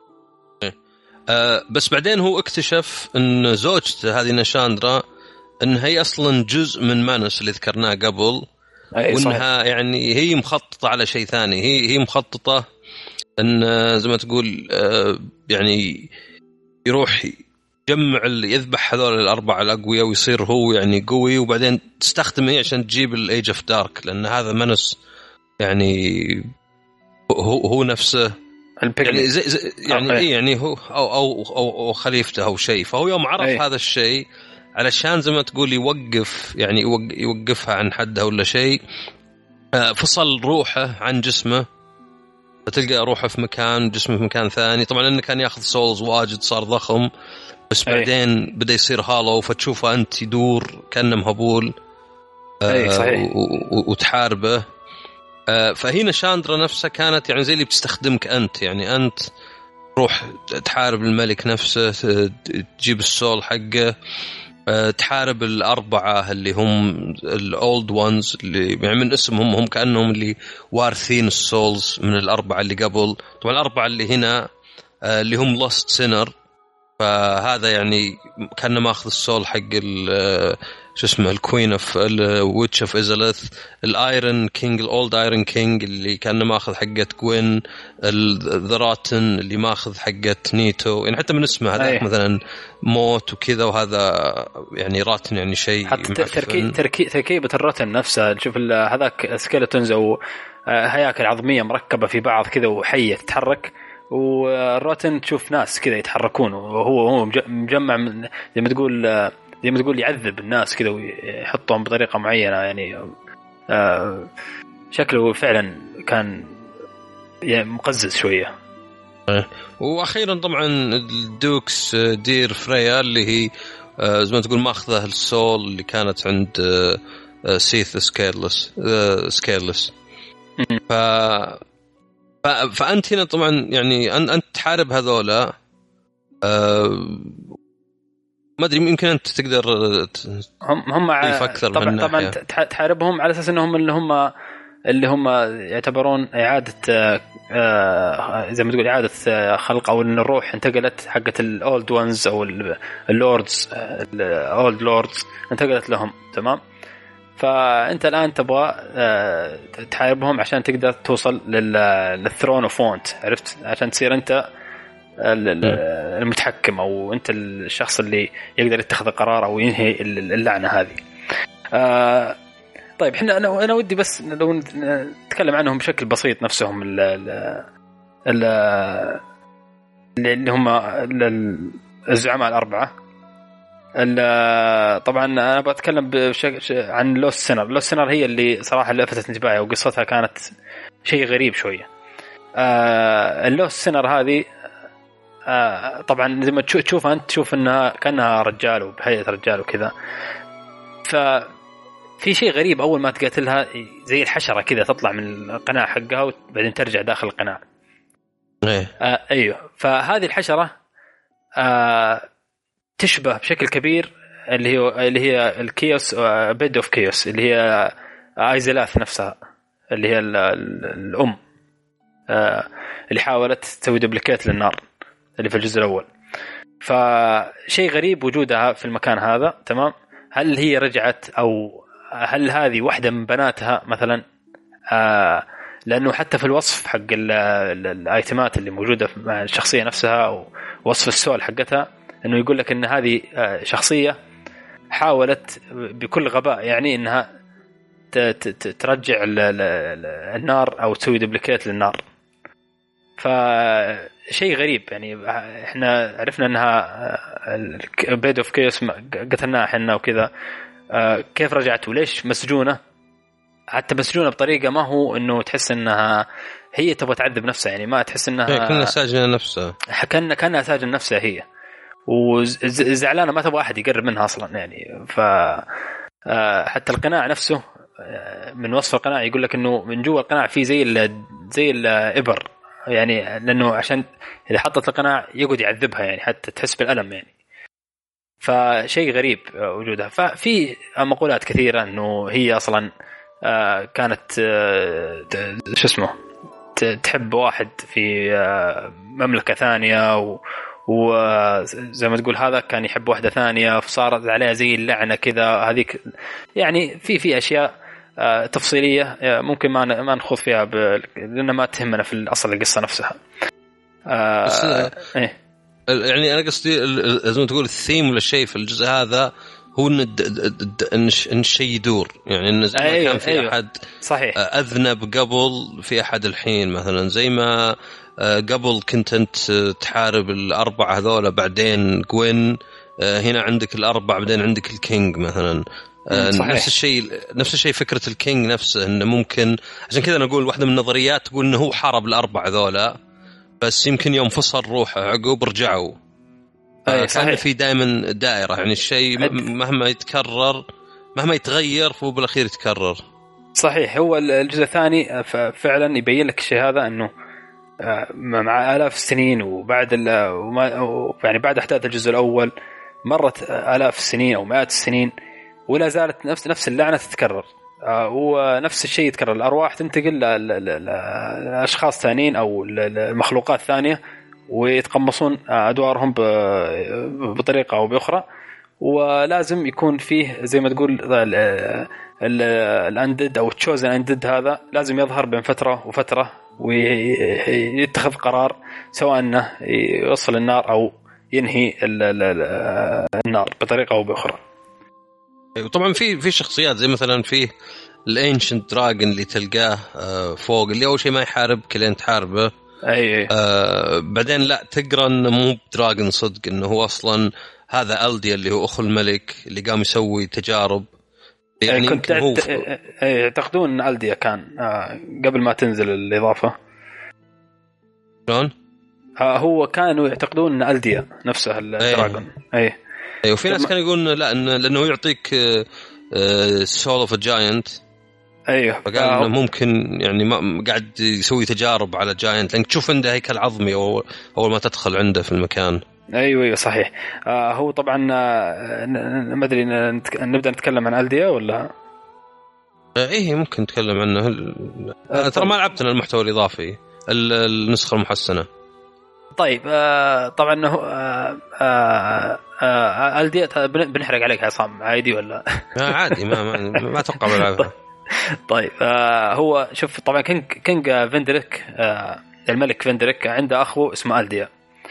بس بعدين هو اكتشف ان زوجته هذه نشاندرا ان هي اصلا جزء من مانوس اللي ذكرناه قبل، وانها يعني هي مخططه على شيء ثاني. هي مخططه ان زي ما تقول يعني يروح يذبح هذول الاربعه الاقوياء ويصير هو يعني قوي، وبعدين تستخدمه هي عشان تجيب الايج اوف دارك، لان هذا مانوس يعني هو نفسه يعني يعني هو أو خليفته أو شيء. فهو يوم عرف هذا الشيء علشان زي ما تقول يوقفها عن حدها ولا شيء، فصل روحه عن جسمه، فتلقى روحه في مكان جسمه في مكان ثاني. طبعا لأنه كان يأخذ سولز واجد صار ضخم، بس بعدين بدأ يصير هالو، فتشوفه أنت يدور كأنه مهبول وتحاربه. فهنا شاندرا نفسها كانت يعني زي اللي بتستخدمك أنت، يعني أنت روح تحارب الملك نفسه، تجيب السول حقه، تحارب الأربعة اللي هم الأولد وانز اللي يعني من اسمهم هم كأنهم اللي وارثين السولز من الأربعة اللي قبل. طبعا الأربعة اللي هنا اللي هم لاست سينر، فهذا يعني كان ماخذ السول حق شو اسمه الكوين اوف الويتش اوف إزاليث، الايرون كينج الاولد ايرون كينج اللي كان ماخذ حقه كوين، ذا راتن اللي ماخذ حقه نيتو، يعني حتى من اسمه هذا مثلا موت وكذا، وهذا يعني راتن يعني شيء حتى تركيبة الراتن نفسها، تشوف هذاك سكيلتونز او هياكل عظمية مركبة في بعض كذا وحية تتحرك، والراتن تشوف ناس كذا يتحركون وهو مجمع زي ما تقول يعذب الناس كذا ويحطهم بطريقة معينة، يعني شكله فعلا كان يعني مقزز شوية. واخيرا طبعا الدوكس دير فريا اللي هي زي ما تقول ماخذه السول اللي كانت عند سيث سكيرلس. فأنت هنا طبعا يعني أنت تحارب هذولا، ما أدري يمكن أنت تقدر هم طبعا تحاربهم على أساس أنهم اللي هم يعتبرون إعادة زي ما تقول إعادة خلق، أو إن الروح انتقلت حقة الأولد وانز أو اللوردز الأولد لوردز انتقلت لهم. تمام. فأنت الآن تبغى تحاربهم عشان تقدر توصل للثرون اوف فونت، عرفت؟ عشان تصير أنت المتحكم، أو أنت الشخص اللي يقدر يتخذ قرار أو ينهي اللعنة هذه. طيب أنا ودي بس لو نتكلم عنهم بشكل بسيط، نفسهم اللي هم الزعماء الأربعة. طبعا أنا بتكلم عن لوست سينر هي اللي صراحة لفتت انتباهي، وقصتها كانت شيء غريب شوية. اللوست سينر هذه طبعا زي ما تشوف أنت تشوف أنها كأنها رجال وبهيئة رجال وكذا، ففي شيء غريب أول ما تقاتلها زي الحشرة كذا تطلع من القناع حقها وبعدين ترجع داخل القناع. أيوه. فهذه الحشرة تشبه بشكل كبير اللي هي الكيوس بيد اوف كيوس، اللي هي ايزلاث نفسها، اللي هي الام اللي حاولت تسوي دوبليكيت للنار اللي في الجزء الاول. فشيء غريب وجودها في المكان هذا. تمام. هل هي رجعت او هل هذه واحدة من بناتها مثلا؟ لانه حتى في الوصف حق الايتمات اللي موجودة مع الشخصية نفسها او وصف السول حقتها، انه يقول لك ان هذه شخصيه حاولت بكل غباء يعني انها ترجع النار او تسوي دوبليكيت للنار. فشيء غريب يعني. احنا عرفنا انها بيد اوف كيس قتلناها احنا وكذا، كيف رجعت وليش مسجونه؟ حتى مسجونه بطريقه ما هو انه تحس انها هي تبغى تعذب نفسها، يعني ما تحس انها كنا ساجنه نفسها، كانها ساجن نفسها هي، وزعلانه ما تبغى احد يقرب منها اصلا يعني. ف حتى القناع نفسه من وصف القناع يقول لك انه من جوا القناع فيه زي الابر، يعني لانه عشان اذا حطت القناع يقعد يعذبها يعني حتى تحس بالالم يعني. فشيء غريب وجودها. ففي مقولات كثيره انه هي اصلا كانت شو اسمه تحب واحد في مملكه ثانيه، وزي ما تقول هذا كان يحب واحدة ثانية فصارت عليها زي اللعنة كذا. هذيك يعني في أشياء تفصيلية ممكن ما نخوض فيها لأنها ما تهمنا في الأصل القصة نفسها. إيه؟ يعني أنا قصدي زي ما تقول الثيم ولا شيء في الجزء هذا هو إن الشيء يدور، يعني إن زي ما كان في أحد صحيح أذنب قبل في أحد الحين مثلا، زي ما قبل كنت أنت تحارب الأربعة هذولا بعدين جوين، هنا عندك الأربعة بعدين عندك الكينج مثلا. نفس الشيء فكرة الكينج نفسه، إنه ممكن عشان كذا أنا أقول واحدة من النظريات تقول إنه هو حارب الأربعة هذولا بس يمكن يوم فصل روحه عقب رجعوا. كان في دائما دائرة، يعني الشيء مهما يتكرر مهما يتغير فهو بالأخير يتكرر. صحيح. هو الجزء الثاني فعلا يبين لك الشيء هذا، إنه مع آلاف السنين وبعد يعني بعد أحداث الجزء الأول مرت آلاف السنين أو مئات السنين ولا زالت نفس اللعنة تتكرر، ونفس الشيء يتكرر. الأرواح تنتقل لأشخاص ثانيين أو لمخلوقات ثانية ويتقمصون أدوارهم بطريقة أو بأخرى، ولازم يكون فيه زي ما تقول الاندد او تشوزن اندد هذا لازم يظهر بين فتره وفتره ويتخذ قرار سواء انه يوصل النار او ينهي النار بطريقه او باخرى. وطبعا في شخصيات زي مثلا في الانشنت دراجون اللي تلقاه فوق، اللي اول شيء ما يحاربك لين تحاربه. اي بعدين لا تقرا انه مو دراجون صدق، انه هو اصلا هذا ألديا اللي هو اخو الملك اللي قام يسوي تجارب. يعني كنت يعتقدون ان ألديا كان قبل ما تنزل الاضافه. شلون؟ هو كانوا يعتقدون ان ألديا نفسه الدراجون. اي وفي ناس كانوا يقولون لا لانه يعطيك سول اوف جاينت. ايوه فقال ممكن يعني ما قاعد يسوي تجارب على جاينت، لانك تشوف عنده هيكل عظمي اول ما تدخل عنده في المكان. ايوه صحيح. هو طبعا ما ادري نبدا نتكلم عن ألديا ولا ايه ممكن نتكلم عنه. ترى ما لعبت المحتوى الاضافي، النسخه المحسنه. طيب طبعا هو ألديا بنحرق عليك يا عصام عادي ولا عادي ما اتوقع بلعبها. طيب هو شوف طبعا كينج فيندريك الملك فيندريك عنده اخو اسمه ألديا.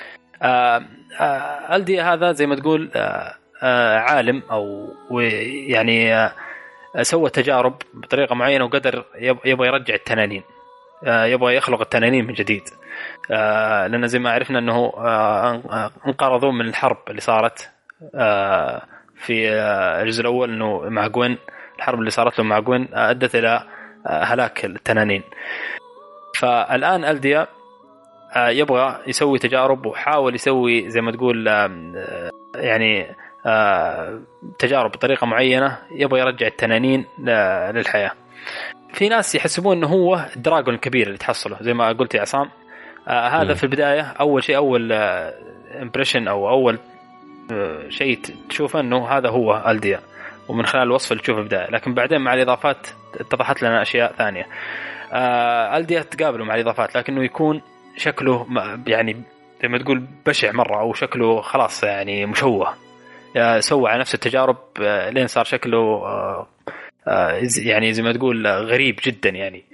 ألديا هذا زي ما تقول عالم او يعني سوى تجارب بطريقه معينه وقدر يبغى يرجع التنانين، يبغى يخلق التنانين من جديد. لأن زي ما عرفنا أنه انقرضوا من الحرب اللي صارت في الجزء الأول، أنه مع جوين الحرب اللي صارت له مع جوين أدت إلى هلاك التنانين. فالآن ألديا يبغى يسوي تجارب وحاول يسوي زي ما تقول يعني تجارب بطريقة معينة، يبغى يرجع التنانين للحياة. في ناس يحسبون أنه هو الدراجون الكبير اللي تحصله زي ما قلت يا عصام. هذا في البداية أول شيء، أول إمبريشن أو أول شيء تشوفه أنه هذا هو ألديا، ومن خلال الوصف اللي تشوفه في البداية. لكن بعدين مع الإضافات اتضحت لنا أشياء ثانية. ألديا تقابله مع الإضافات لكنه يكون شكله يعني زي ما تقول بشع مرة، أو شكله خلاص يعني مشوه. سوى على نفس التجارب لين صار شكله يعني زي ما تقول غريب جدا يعني.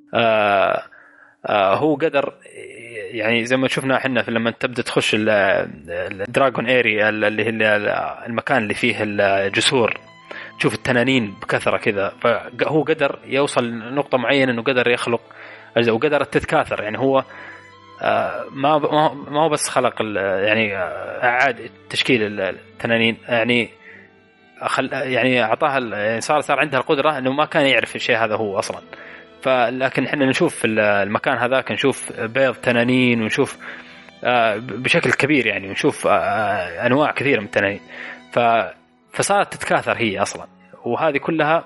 هو قدر يعني زي ما شفنا احنا لما تبدا تخش الدراجون ايريا اللي هي المكان اللي فيه الجسور، تشوف التنانين بكثره كذا. فهو قدر يوصل لنقطه معينه انه قدر يخلق اجزاء وقدرت تتكاثر. يعني هو ما هو بس خلق يعني اعاد تشكيل التنانين، يعني يعني اعطاها يعني صار عندها القدره انه ما كان يعرف الشيء هذا هو اصلا. فلكن احنا نشوف في المكان هذاك نشوف بيض تنانين، ونشوف بشكل كبير يعني، ونشوف انواع كثيره من التنانين. فصارت تتكاثر هي اصلا. وهذه كلها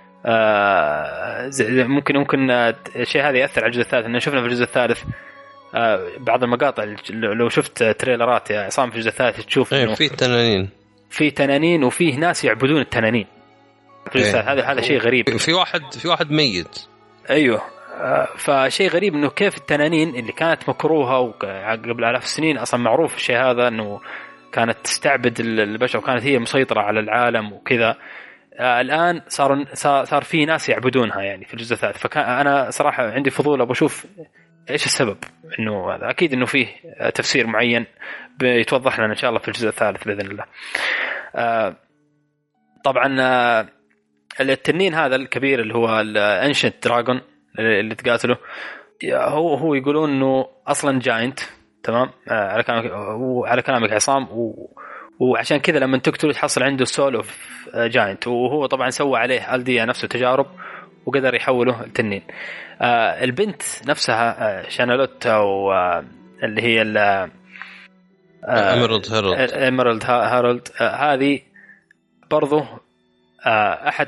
ممكن الشيء هذا ياثر على الجزء الثالث. ان شفنا في الجزء الثالث بعض المقاطع، لو شفت تريلرات يا عصام في الجزء الثالث تشوف انه في تنانين وفيه ناس يعبدون التنانين. هذا شيء غريب. في واحد ميت. ايوه. فشيء غريب انه كيف التنانين اللي كانت مكروهه قبل آلاف السنين، اصلا معروف الشيء هذا انه كانت تستعبد البشر وكانت هي مسيطره على العالم وكذا، الان صار في ناس يعبدونها يعني في الجزء الثالث. فكان انا صراحه عندي فضول ابغى اشوف ايش السبب. انه اكيد انه فيه تفسير معين بيتوضح لنا ان شاء الله في الجزء الثالث باذن الله. طبعا التنين هذا الكبير اللي هو الانشنت دراجون اللي تقاتله، هو يقولون انه اصلا جاينت. تمام. على كلامك عصام. وعشان كذا لما تقتله تحصل عنده سول اوف جاينت. وهو طبعا سوى عليه ألديا نفسه تجارب وقدر يحوله التنين. البنت نفسها شانالوت او اللي هي إيميرالد هارولد هذه برضو أحد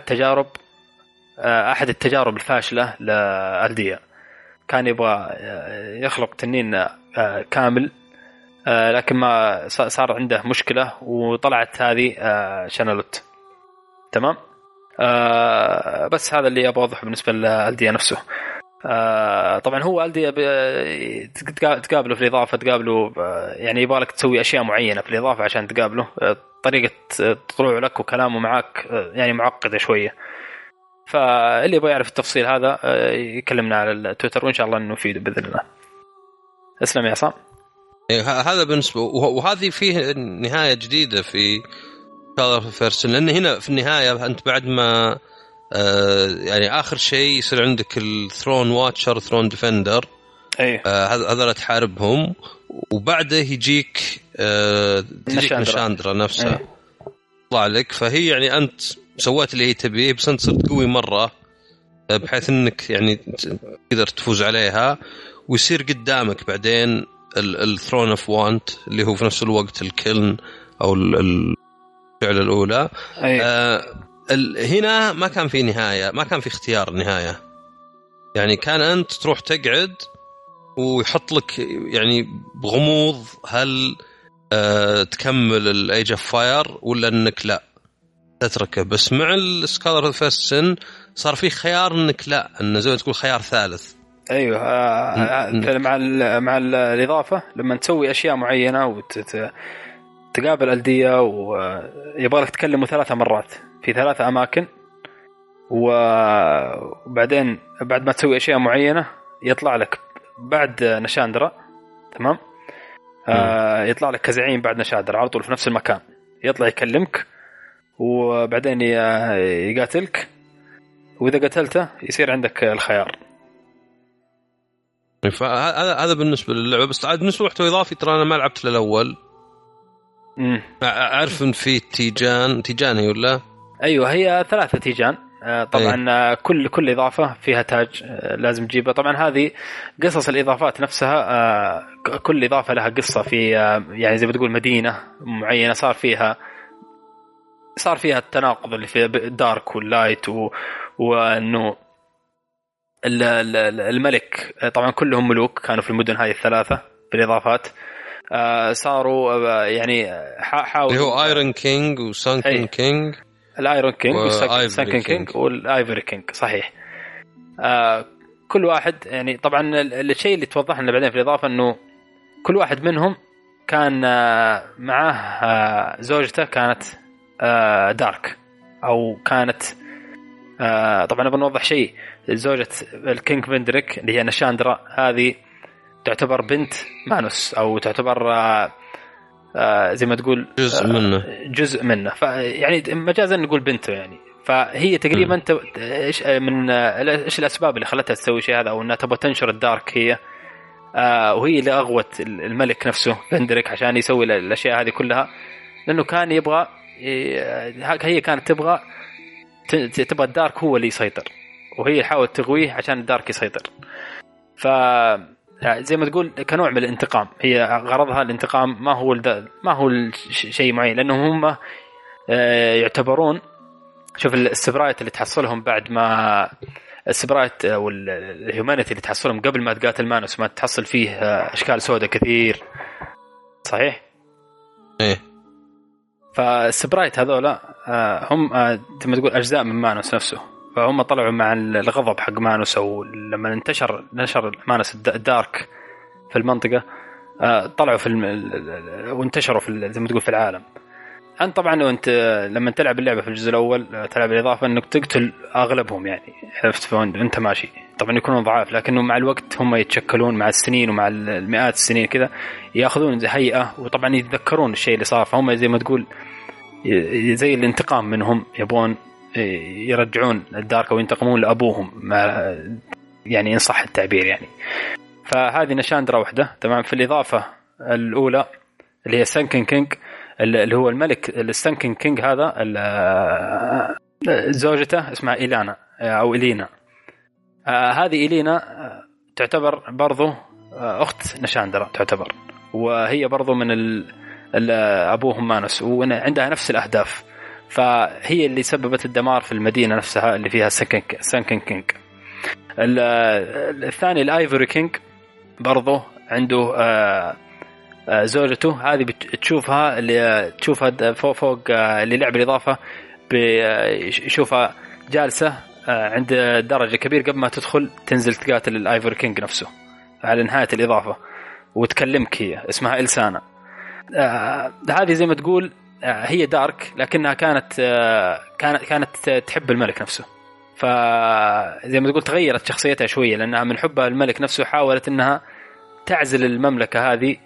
التجارب الفاشلة لألديا. كان يبغى يخلق تنين كامل، لكن ما صار عنده مشكلة وطلعت هذه شانالوت. تمام. بس هذا اللي أبغى أوضحه بالنسبة لألديا نفسه. طبعا هو ألديا تقابله في الإضافة، تقابله يعني يبغالك تسوي أشياء معينة في الإضافة عشان تقابله. طريقة طلوعه لك وكلامه معك يعني معقدة شوية. فاللي يبغى يعرف التفصيل هذا يكلمنا على التويتر، وإن شاء الله نفيده بإذن الله. اسلم يا عصام. هذا بالنسبة، وهذه فيه نهاية جديدة في شغلة فيرسن، لأن هنا في النهاية أنت بعد ما يعني آخر شيء يصير عندك الثرون واتشر ثرون ديفندر، هذا تحاربهم، وبعده يجيك تجيك نشاندرا نفسها طلع لك. فهي يعني أنت سويت اللي هي تبيه، بس أنت صرت قوي مرة بحيث أنك يعني تقدر تفوز عليها، ويصير قدامك بعدين الثرون اوف وانت اللي هو في نفس الوقت الكلن أو الفعل الأولى. هنا ما كان في نهاية، ما كان في اختيار نهاية، يعني كان أنت تروح تقعد ويحط لك يعني بغموض هل تكمل الأيج اوف فاير ولا أنك لا تتركه. بس مع السكالر فيرست سن صار في خيار أنك لا، أنه زي ما تقول خيار ثالث. أيوه مع الإضافة لما تسوي أشياء معينة وتقابل ألدية ويبغالك تكلمه 3 مرات في 3 أماكن، وبعدين بعد ما تسوي أشياء معينة يطلع لك بعد نشاندرا، تمام؟ يطلع لك كزعيم بعد نشاندرا على طول في نفس المكان، يطلع يكلمك وبعدين يقاتلك، وإذا قتلته يصير عندك الخيار. هذا بالنسبة للعبة. بس عاد بالنسبة لمحتوى إضافي ترى أنا ما لعبت للأول. أعرف إن في تيجان هي ولا؟ أيوة هي 3 تيجان طبعا. كل إضافة فيها تاج لازم تجيبه. طبعا هذه قصص الإضافات نفسها، كل إضافة لها قصة في يعني زي ما تقول مدينة معينة صار فيها التناقض اللي في الدارك واللايت، وأنه الملك طبعا كلهم ملوك كانوا في المدن هذه ال3 بالإضافات. صاروا يعني حاولوا اللي هو ايرون كينج وسانكن كينج، الايرون كينج والسانكن كينج والايفري كينج، صحيح. كل واحد يعني طبعا الشيء اللي توضح لنا بعدين في الإضافة أنه كل واحد منهم كان معه زوجته كانت دارك أو كانت طبعا بنوضح شيء. زوجة الكينج فيندريك اللي هي نشاندرا هذه تعتبر بنت مانوس، أو تعتبر زي ما تقول جزء منه يعني مجازا نقول بنته يعني. فهي تقريبا ايش الاسباب اللي خلتها تسوي شيء هذا، او انها تبغى تنشر الدارك هي، وهي اللي اغوت الملك نفسه فندريك عشان يسوي الاشياء هذه كلها، لانه كان يبغى هي كانت تبغى الدارك هو اللي يسيطر، وهي تحاول تغويه عشان الدارك يسيطر. ف زي ما تقول كنوع من الانتقام، هي غرضها الانتقام، ما هو شيء معين، لأنهم هم يعتبرون، شوف السبرايت اللي تحصلهم بعد ما السبرايت والهيومانيتي اللي تحصلهم قبل ما تقاتل مانوس، ما تحصل فيه أشكال سوداء كثير، صحيح؟ إيه. فالسبرايت هذولا هم زي ما تقول أجزاء من مانوس نفسه، فهم طلعوا مع الغضب حق مانوس، أو لما نشر مانوس الدارك في المنطقة، طلعوا وانتشروا زي ما تقول في العالم. أنت طبعا وأنت لما تلعب اللعبة في الجزء الأول تلعب الإضافة أنك تقتل أغلبهم يعني، عرفت؟ وأنت ماشي طبعا يكونوا ضعاف، لكنه مع الوقت هم يتشكلون مع السنين ومع المئات السنين كذا، يأخذون هيئة، وطبعا يتذكرون الشيء اللي صار، فهم زي ما تقول زي الانتقام منهم، يبون يرجعون الدارك وينتقمون لأبوهم، يعني إن صح التعبير يعني. فهذه نشاندرا وحده، تمام. في الإضافة الأولى اللي هي سانكن كينج، اللي هو الملك السانكن كينج هذا، زوجته اسمها إيلانا أو إلينا. هذه إلينا تعتبر برضو أخت نشاندرا تعتبر، وهي برضو من أبوهم مانوس، وعندها نفس الأهداف، فهي اللي سببت الدمار في المدينة نفسها اللي فيها سانكن كينج. الثاني الآيفوري كينج برضو عنده زوجته، هذه تشوفها فوق اللي لعب الإضافة، يشوفها جالسة عند درجة كبير قبل ما تدخل تنزل تقاتل الآيفوري كينج نفسه على نهاية الإضافة، وتكلمك، هي اسمها إلسانا. هذه زي ما تقول هي دارك لكنها كانت تحب الملك نفسه. فزي ما تقول تغيرت شخصيتها شوية لأنها من حبها الملك نفسه حاولت أنها تعزل المملكة هذه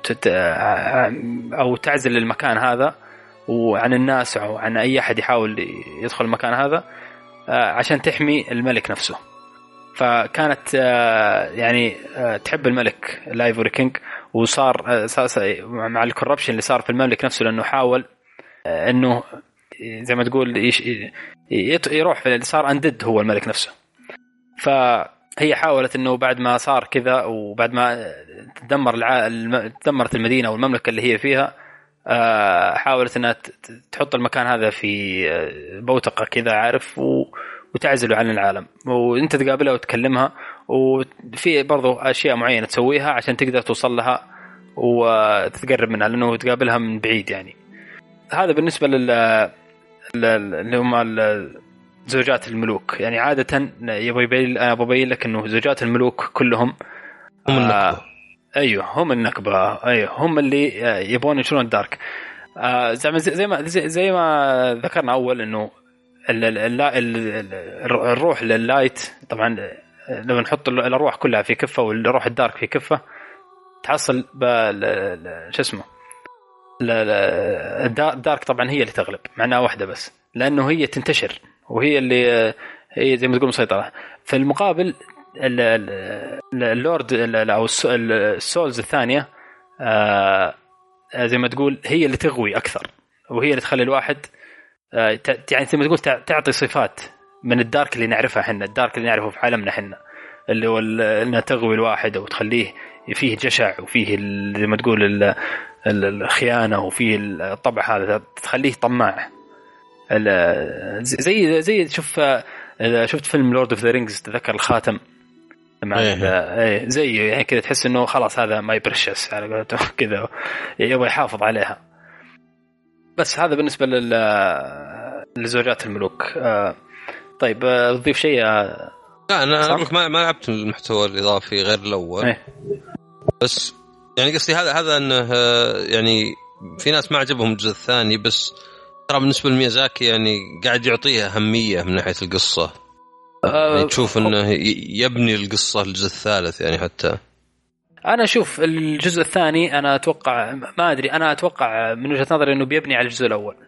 أو تعزل المكان هذا وعن الناس أو عن أي أحد يحاول يدخل المكان هذا عشان تحمي الملك نفسه. فكانت يعني تحب الملك الآيفوري كينج، وصار مع الكوربشن اللي صار في المملك نفسه لأنه حاول أنه زي ما تقول يروح في صار أندد هو الملك نفسه. فهي حاولت أنه بعد ما صار كذا وبعد ما دمرت المدينة والمملكة اللي هي فيها حاولت أنها تحط المكان هذا في بوتقة كذا عارف وتعزله عن العالم، وانت تقابلها وتكلمها، وفي برضو اشياء معينه تسويها عشان تقدر توصل لها وتتقرب منها لانه تقابلها من بعيد. يعني هذا بالنسبه اللي هم زوجات الملوك. يعني عاده انا ببين لك انه زوجات الملوك كلهم هم النكبه. ايوه هم النكبه، ايوه هم اللي يبون يشيلون الدارك. زي ما ذكرنا اول انه الروح لللايت طبعا لما نحط الأرواح كلها في كفة والروح الدارك في كفة تحصل شو اسمه الدارك طبعا هي اللي تغلب معناها واحدة بس لأنه هي تنتشر وهي اللي هي زي ما تقول مسيطرة. في المقابل اللورد أو السولز الثانية زي ما تقول هي اللي تغوي أكثر وهي اللي تخلي الواحد يعني زي ما تقول تعطي صفات من الدارك اللي نعرفها حنا، الدارك اللي نعرفه في عالمنا حنا اللي هو انها تغوي الواحد وتخليه فيه جشع وفيه زي ما تقول الخيانة وفيه الطبع هذا تخليه طماع. زي شفت فيلم لورد اوف ذا رينجز تذكر الخاتم مع زي يعني كذا تحس انه خلاص هذا ما يبرشس على قولته كذا يبغى يحافظ عليها. بس هذا بالنسبة لزوجات الملوك. طيب تضيف شيء؟ لا أنا أقولك ما لعبت المحتوى الإضافي غير الأول بس يعني قصدي هذا أنه يعني في ناس ما عجبهم الجزء الثاني، بس ترى بالنسبة لميازاكي يعني قاعد يعطيها أهمية من ناحية القصة. يعني تشوف أنه يبني القصة الجزء الثالث يعني حتى أنا أشوف الجزء الثاني أنا أتوقع ما أدري أنا أتوقع من وجهة نظري إنه بيبني على الجزء الأول.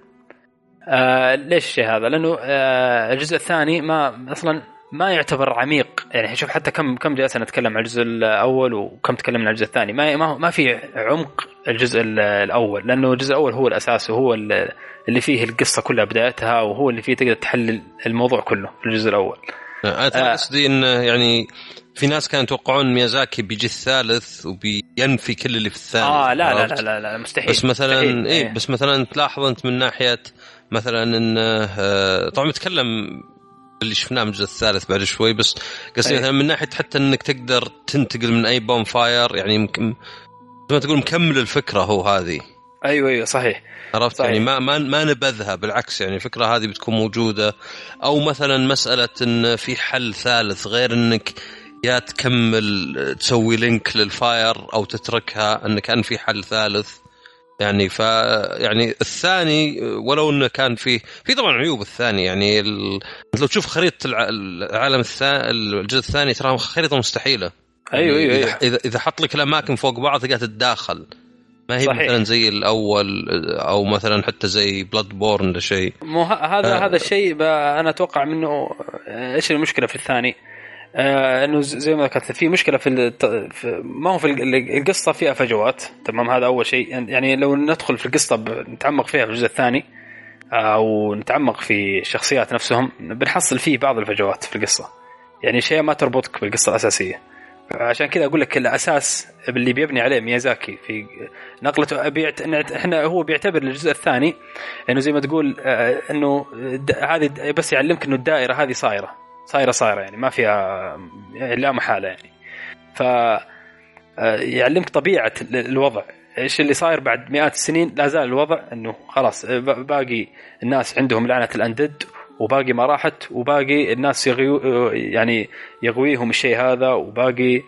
ليش الشيء هذا؟ لأنه الجزء الثاني ما أصلا ما يعتبر عميق. يعني شوف حتى كم جلسنا نتكلم عن الجزء الأول وكم تكلمنا عن الجزء الثاني، ما في عمق الجزء الأول لأنه الجزء الأول هو الأساس وهو اللي فيه القصة كلها بدايتها وهو اللي فيه تقدر تحلل الموضوع كله في الجزء الأول. أنا قصدي إن يعني في ناس كانوا يتوقعون ميازاكي بيجي الثالث وبينفي كل اللي في الثاني. لا مستحيل. بس مثلا مستحيل. بس مثلا تلاحظ أنت من ناحية مثلا إن طبعا نتكلم اللي شفناه من الجزء الثالث بعد شوي، بس قصدي مثلا من ناحية حتى إنك تقدر تنتقل من أي بون فاير يعني يمكن ما تقول مكمل الفكرة هو هذه. أيوة صحيح. عرفت صحيح. يعني ما نبذها بالعكس، يعني الفكرة هذه بتكون موجودة. أو مثلا مسألة إن في حل ثالث غير إنك يا تكمل تسوي لينك للفاير أو تتركها، إن كان في حل ثالث يعني. يعني الثاني ولو إنه كان في طبعا عيوب الثاني يعني لو تشوف خريطة العالم الجزء الثاني ترى خريطة مستحيلة. أيوة. إذا حط لك الأماكن فوق بعض تقدر تتداخل، ما هي صحيح. مثلا زي الأول أو مثلا حتى زي بلاد بورن ده شيء. هذا الشيء أنا أتوقع منه. إيش المشكلة في الثاني؟ إنه زي ما كانت في مشكلة ما هو في القصة فيها فجوات. تمام، هذا أول شيء. يعني لو ندخل في القصة نتعمق فيها في الجزء الثاني أو نتعمق في الشخصيات نفسهم بنحصل فيه بعض الفجوات في القصة، يعني شيء ما تربطك بالقصة الأساسية. عشان كذا أقول لك الأساس اللي بيبني عليه ميازاكي في نقلته إحنا هو بيعتبر الجزء الثاني إنه زي ما تقول إنه هذه بس يعلمك إنه الدائرة هذه صايرة يعني ما فيها لا محالة يعني. يعلمك طبيعة الوضع، إيش اللي صاير بعد مئات السنين. لا زال الوضع إنه خلاص باقي الناس عندهم لعنة الأندد وباقي ما راحت، وباقي الناس يعني يغويهم الشيء هذا، وباقي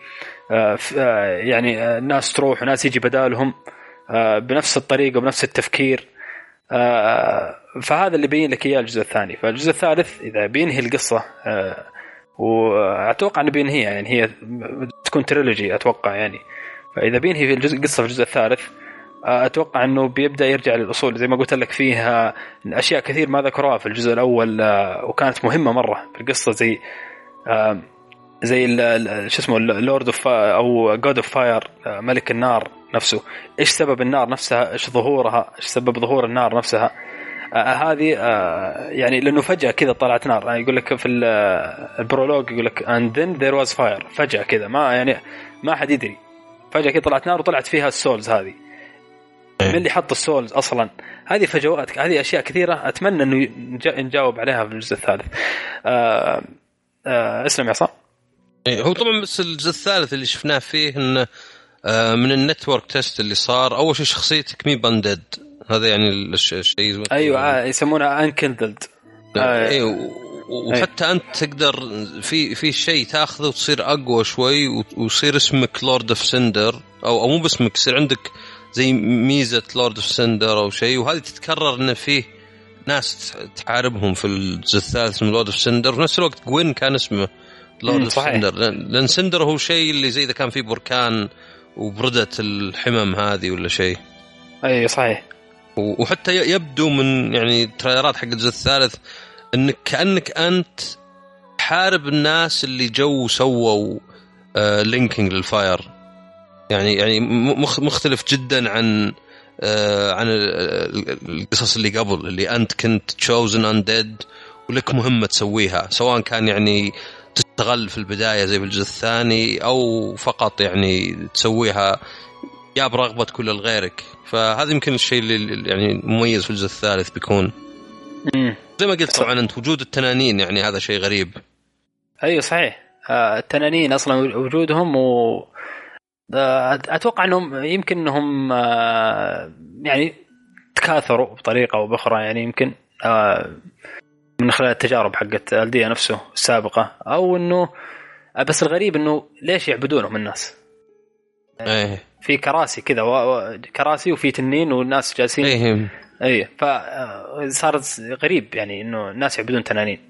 يعني الناس تروح وناس يجي بدالهم بنفس الطريقة وبنفس التفكير. فهذا اللي بين لك اياه الجزء الثاني. فالجزء الثالث اذا بينهي القصه، واتوقع انه بينهيها يعني، هي تكون تريلوجي اتوقع يعني، فاذا بينهي في القصه في الجزء الثالث اتوقع انه بيبدا يرجع للاصول زي ما قلت لك. فيها اشياء كثير ما ذكروها في الجزء الاول وكانت مهمه مره في القصه، زي شو اسمه لورد اوف او جود اوف فاير، ملك النار نفسه. ايش سبب النار نفسها، ايش ظهورها، ايش سبب ظهور النار نفسها. هذه يعني لانه فجاه كذا طلعت نار. يعني يقول لك في البرولوج يقول لك and then there was fire، فجاه كذا ما يعني ما حد يدري، فجاه كذا طلعت نار وطلعت فيها السولز. هذه من اللي حط السولز اصلا؟ هذه فجوات، هذه اشياء كثيره اتمنى انه نجاوب عليها في الجزء الثالث. اسلم يا صاحبي. هو طبعا بس الجزء الثالث اللي شفناه فيه انه من النتورك تيست اللي صار، اول شيء شخصيتك مي باندد، هذا يعني الشيء ايوه يسمونها انكندلد. ايوه وحتى انت تقدر في شيء تاخذه وتصير اقوى شوي ويصير اسمك لورد اوف سندر، او مو باسمك، يصير عندك زي ميزه لورد اوف سندر او شيء. وهذه تتكرر ان فيه ناس تحاربهم في الجزء الثالث اسمه لورد اوف سندر. في نفس الوقت جوين كان اسمه لورد اوف سندر، لان سندر هو شيء اللي زي اذا كان في بركان وبردت الحمم هذه ولا شيء. اي صحيح. وحتى يبدو من يعني تريلرات حق الجزء الثالث انك كانك انت حارب الناس اللي جو سووا لينكينج للفاير. يعني مختلف جدا عن القصص اللي قبل، اللي انت كنت chosen undead ولك مهمة تسويها، سواء كان يعني تستغل في البداية زي في الجزء الثاني أو فقط يعني تسويها يا برغبة كل الغيرك. فهذا يمكن الشيء اللي يعني مميز في الجزء الثالث بيكون زي ما قلت. طبعا أنت وجود التنانين يعني هذا شيء غريب. أيوة صحيح. التنانين أصلا وجودهم أتوقع أنهم يمكن أنهم يعني تكاثروا بطريقة أو بأخرى، يعني يمكن من خلال التجارب حقت الدية نفسه السابقة، أو أنه بس الغريب أنه ليش يعبدونهم الناس؟ في كراسي كذا كراسي وفي تنين والناس جالسين. فصارت غريب يعني أنه الناس يعبدون تنانين.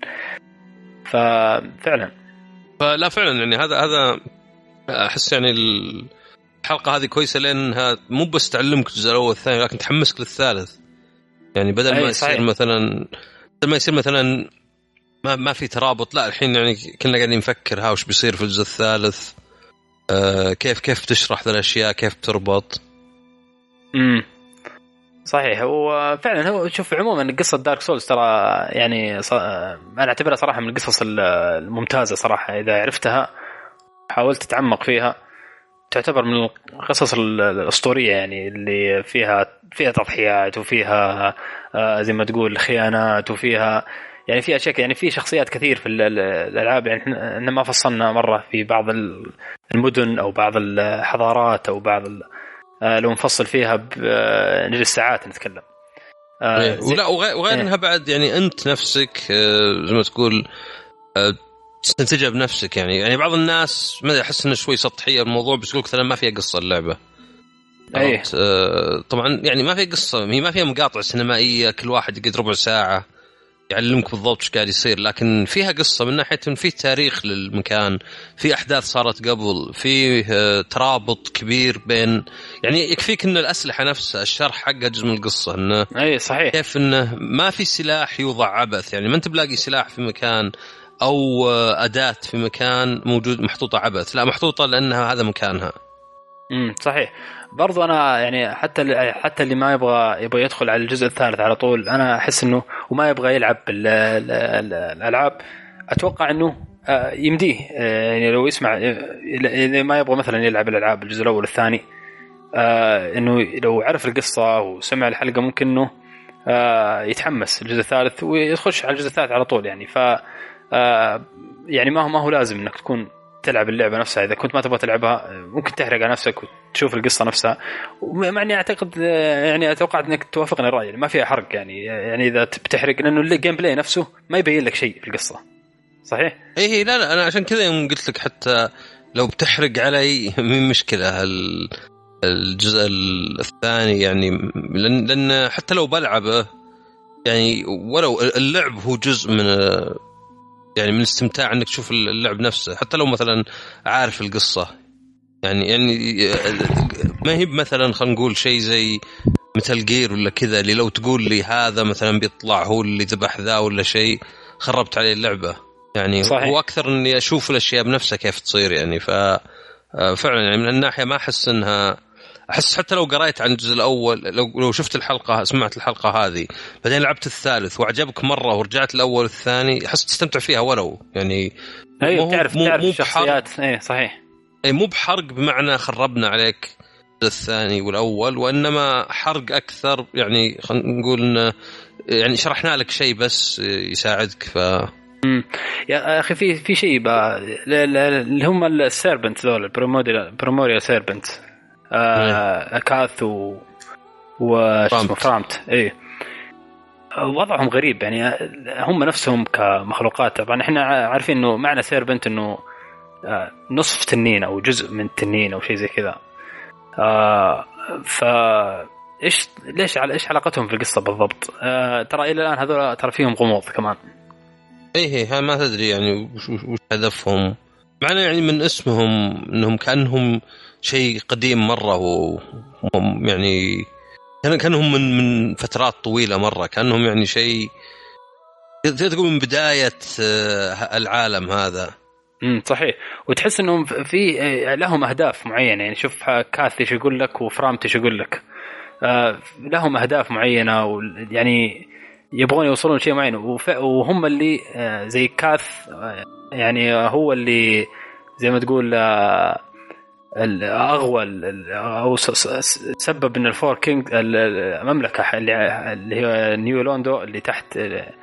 فلا فعلا يعني هذا أحس يعني الحلقة هذه كويسة لأنها مو بس تعلمك الجزء الأول والثاني، لكن تحمسك للثالث. يعني بدل ما يصير مثلا ما في ترابط، لا الحين يعني كنا قاعدين نفكر وش بيصير في الجزء الثالث، كيف تشرح ذا الأشياء، كيف تربط. صحيح. هو فعلا هو شوف عموما قصة دارك سولز ترى يعني أنا أعتبرها صراحة من القصص الممتازة صراحة. إذا عرفتها حاولت تتعمق فيها تعتبر من القصص الأسطورية يعني، اللي فيها تضحيات وفيها زي ما تقول خيانات، وفيها يعني في أشياء يعني في شخصيات كثير في الألعاب. يعني إحنا ما فصلنا مرة في بعض المدن أو بعض الحضارات أو بعض لو نفصل فيها نجلس ساعات نتكلم. وغير إنها بعد يعني أنت نفسك زي ما تقول تستنتجها بنفسك. يعني بعض الناس ما يحس إنه شوي سطحية الموضوع، بس يقولك مثلا ما فيها قصة اللعبة. طبعا يعني ما فيها قصة، هي ما فيها مقاطع سينمائية كل واحد يقعد ربع ساعة يعلمك بالضبط ايش قاعد يصير، لكن فيها قصة من ناحية إن في تاريخ للمكان، في أحداث صارت قبل، في ترابط كبير بين يعني يكفيك إن الأسلحة نفسها الشرح حقها جزء من القصة. إنه صحيح. كيف إنه ما في سلاح يوضع عبث، يعني ما أنت بلاقي سلاح في مكان أو أداة في مكان موجود محطوطة عبث، لا محطوطة لأنها هذا مكانها. صحيح. برضو أنا يعني حتى اللي ما يبغى يدخل على الجزء الثالث على طول، أنا أحس إنه وما يبغى يلعب الألعاب، أتوقع إنه يمديه يعني لو يسمع، إذا ما يبغى مثلا يلعب الألعاب الجزء الأول والثاني، إنه لو عرف القصة وسمع الحلقة ممكن إنه يتحمس الجزء الثالث ويخش على الجزء الثالث على طول. يعني يعني ما هو لازم إنك تكون تلعب اللعبة نفسها. إذا كنت ما تبغى تلعبها ممكن تحرق على نفسك وتشوف القصة نفسها. ومعني أعتقد يعني أتوقع أنك توافقني الرأي، يعني ما فيها حرق يعني إذا بتحرق، لأنه الجيم بلاي نفسه ما يبين لك شيء في القصة. صحيح؟ إيه لا أنا عشان كذا يوم قلت لك حتى لو بتحرق علي من مشكلة الجزء الثاني يعني لأن حتى لو بلعبه يعني ولو اللعب هو جزء من يعني من الاستمتاع انك تشوف اللعب نفسه حتى لو مثلا عارف القصة يعني ما هي مثلا خلينا نقول شيء زي مثل جير ولا كذا اللي لو تقول لي هذا مثلا بيطلع هو اللي ذبح ذا ولا شيء خربت عليه اللعبة يعني صحيح. هو أكثر إني أشوف الأشياء بنفسها كيف تصير يعني فعلا يعني من الناحية ما أحس إنها أحس حتى لو قرأت عن الجزء الأول لو شفت الحلقة سمعت الحلقة هذه بعدين لعبت الثالث وعجبك مرة ورجعت الأول والثاني أحس تستمتع فيها ولو يعني تعرف الشخصيات صحيح مو بحرق بمعنى خربنا عليك الثاني والأول وإنما حرق أكثر يعني خلينا نقول إن يعني شرحنا لك شيء بس يساعدك يا أخي في شيء اللي هم السيربنت ذول البروموريال سيربنت كاث واسمه فرامت وضعهم غريب يعني هم نفسهم كمخلوقات طبعا احنا عارفين انه معنى سيربنت انه نصف تنين او جزء من التنين او شيء زي كذا ليش علاقتهم في القصة بالضبط ترى إلى الآن هذول ترى فيهم غموض كمان ها ما تدري يعني وش هدفهم معنى يعني من اسمهم انهم كأنهم شيء قديم مرة وهم يعني كانهم من فترات طويلة مرة كأنهم يعني شيء تقول من بداية العالم هذا صحيح وتحس انهم في لهم اهداف معينه يعني شوف كاث ايش يقول لك وفرامت ايش يقول لك لهم اهداف معينه ويعني يبغون يوصلون لشيء معين وهم اللي زي كاث يعني هو اللي زي ما تقول الاغوى او سبب ان الفور كينج المملكه اللي هي نيو لوندو اللي تحت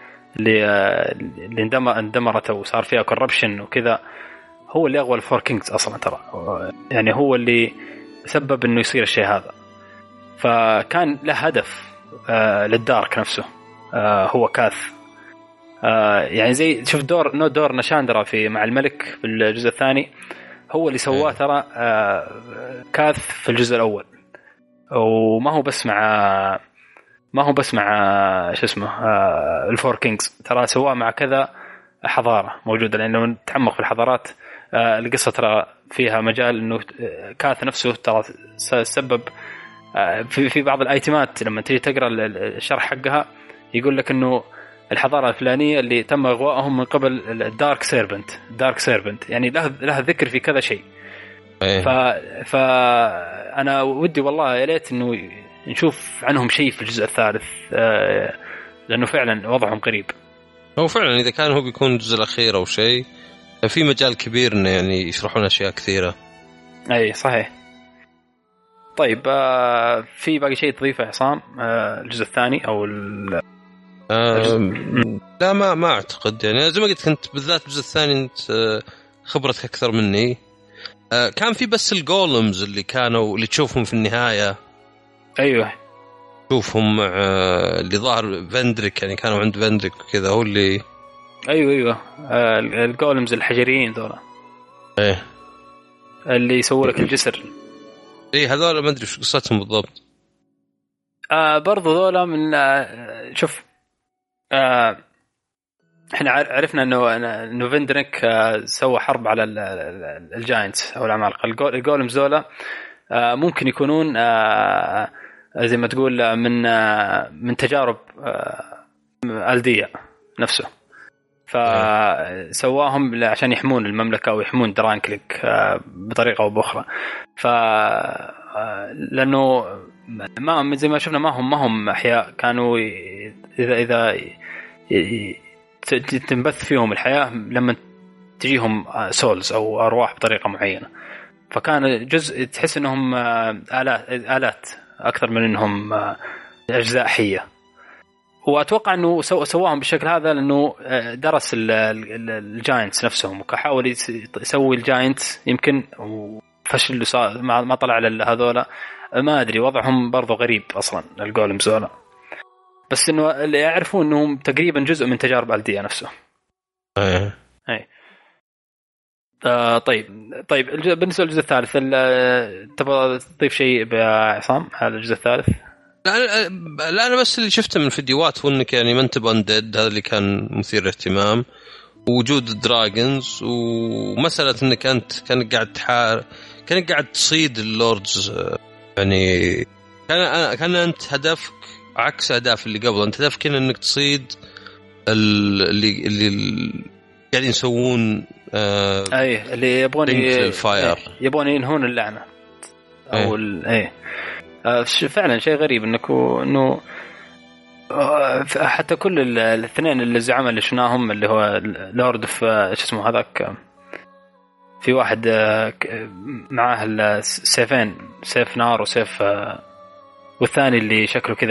اللي اندمرت وصار فيها كوربشن وكذا هو اللي أغوى الفور كينجز أصلا ترى يعني هو اللي سبب إنه يصير الشيء هذا فكان له هدف للدارك نفسه هو كاث يعني زي شوف دور نشاندرا مع الملك في الجزء الثاني هو اللي سواه ترى كاث في الجزء الأول وما هو بس مع شو اسمه الفور كينجز ترى سواه مع كذا حضارة موجودة لأنه نتعمق في الحضارات القصة ترى فيها مجال إنه كاث نفسه ترى سبب في بعض الآيتمات لما تيجي تقرأ الشرح حقها يقول لك إنه الحضارة الفلانية اللي تم إغواءهم من قبل الدارك سيربنت يعني له ذكر في كذا شيء فأنا ودي والله يا ليت إنه نشوف عنهم شيء في الجزء الثالث لأنه فعلا وضعهم قريب هو فعلا إذا كان هو بيكون الجزء الأخير أو شيء في مجال كبير إنه يعني يشرحون أشياء كثيرة أي صحيح طيب في باقي شيء تضيفه يا عصام الجزء الثاني أو لا ما أعتقد يعني زي ما قلت كنت بالذات الجزء الثاني أنت خبرتك أكثر مني كان في بس الجولمز اللي تشوفهم في النهاية أيوه شوفهم مع اللي ظاهر فندريك يعني كانوا عند فندريك وكذا هو اللي ايوه الجولمز الحجريين ذولا اللي يسووا لك الجسر هذول ما ادري ايش قصتهم بالضبط برضو ذولا من شوف احنا عرفنا انه فندريك سوى حرب على الجاينتس او العمالقه الجولمز ذولا ممكن يكونون زي ما تقول من تجارب ألدية نفسه فسواهم عشان يحمون المملكة ويحمون درانكليك بطريقة أو بأخرى لأنه ما زي ما شفنا ما هم أحياء كانوا إذا تنبث فيهم الحياة لما تجيهم سولز أو أرواح بطريقة معينة فكان جزء تحس إنهم آلات أكثر من إنهم أجزاء حية وأتوقع أنه سواهم بالشكل هذا لأنه درس الجاينتس نفسهم وحاول يسوي الجاينتس يمكن وفشل ما طلع على هذولا ما أدري وضعهم برضو غريب أصلا الجولمز هذولا بس إنه اللي يعرفون إنهم تقريبا جزء من تجارب ألدية نفسه. أي. طيب بالنسبه للجزء الثالث تبغى تضيف شيء بعصام على الجزء الثالث؟ لا انا بس اللي شفته من فيديوهات وانك يعني ما انت باندد، هذا اللي كان مثير اهتمام، ووجود الدراجونز، ومساله انك انت كانك قاعد تصيد اللوردز. يعني كان انت هدفك عكس اهداف اللي قبل، انت هدفك انك تصيد اللي قاعدين يسوون اي اللي يبون ينهون اللعنه او فعلا شيء غريب انه حتى كل الاثنين اللي زعموا اللي شفناهم اللي هو لورد في ايش اسمه هذاك، في واحد معاه السيفين، سيف نار وسيف، والثاني اللي شكله كذا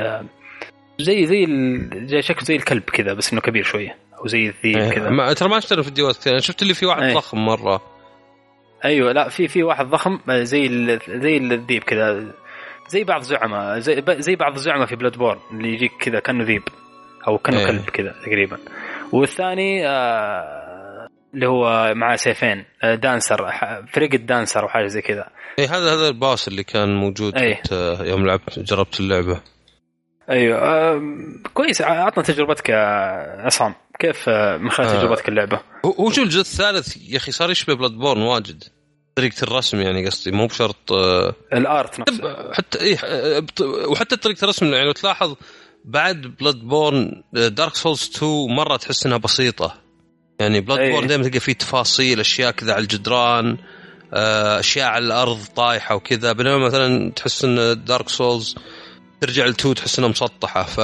زي شكله زي الكلب كذا بس انه كبير شويه او زي الذيب كذا. ترى ما اشتري فيديوهات كثير، انا شفت اللي في واحد ضخم مره. ايوه لا في واحد ضخم زي الذيب كذا، زي بعض زعماء زي بعض الزعماء في بلاد بورن اللي يجيك كذا كأنه ذيب او كأنه كلب كذا تقريبا. والثاني اللي هو معاه سيفين، دانسر، فريق الدانسر او حاجه زي كذا. هذا الباص اللي كان موجود يوم جربت اللعبه. ايوه كويس. عطنا تجربتك يا عصام، كيف من خلال تجربتك اللعبه؟ هو شو الجزء الثالث يا اخي صار يشبه بلاد بورن واجد، طريقه الرسم يعني قصدي مو بشرط الارت نفسه حتى وحتى طريقه الرسم. يعني لو تلاحظ بعد بلاد بورن دارك سولز 2 مره تحس انها بسيطه. يعني بلاد بورن دائما تلقى فيه تفاصيل، اشياء كذا على الجدران، اشياء على الارض طايحه وكذا، بينما مثلا تحس ان دارك سولز ترجع ل2 تحس انها مسطحه. ف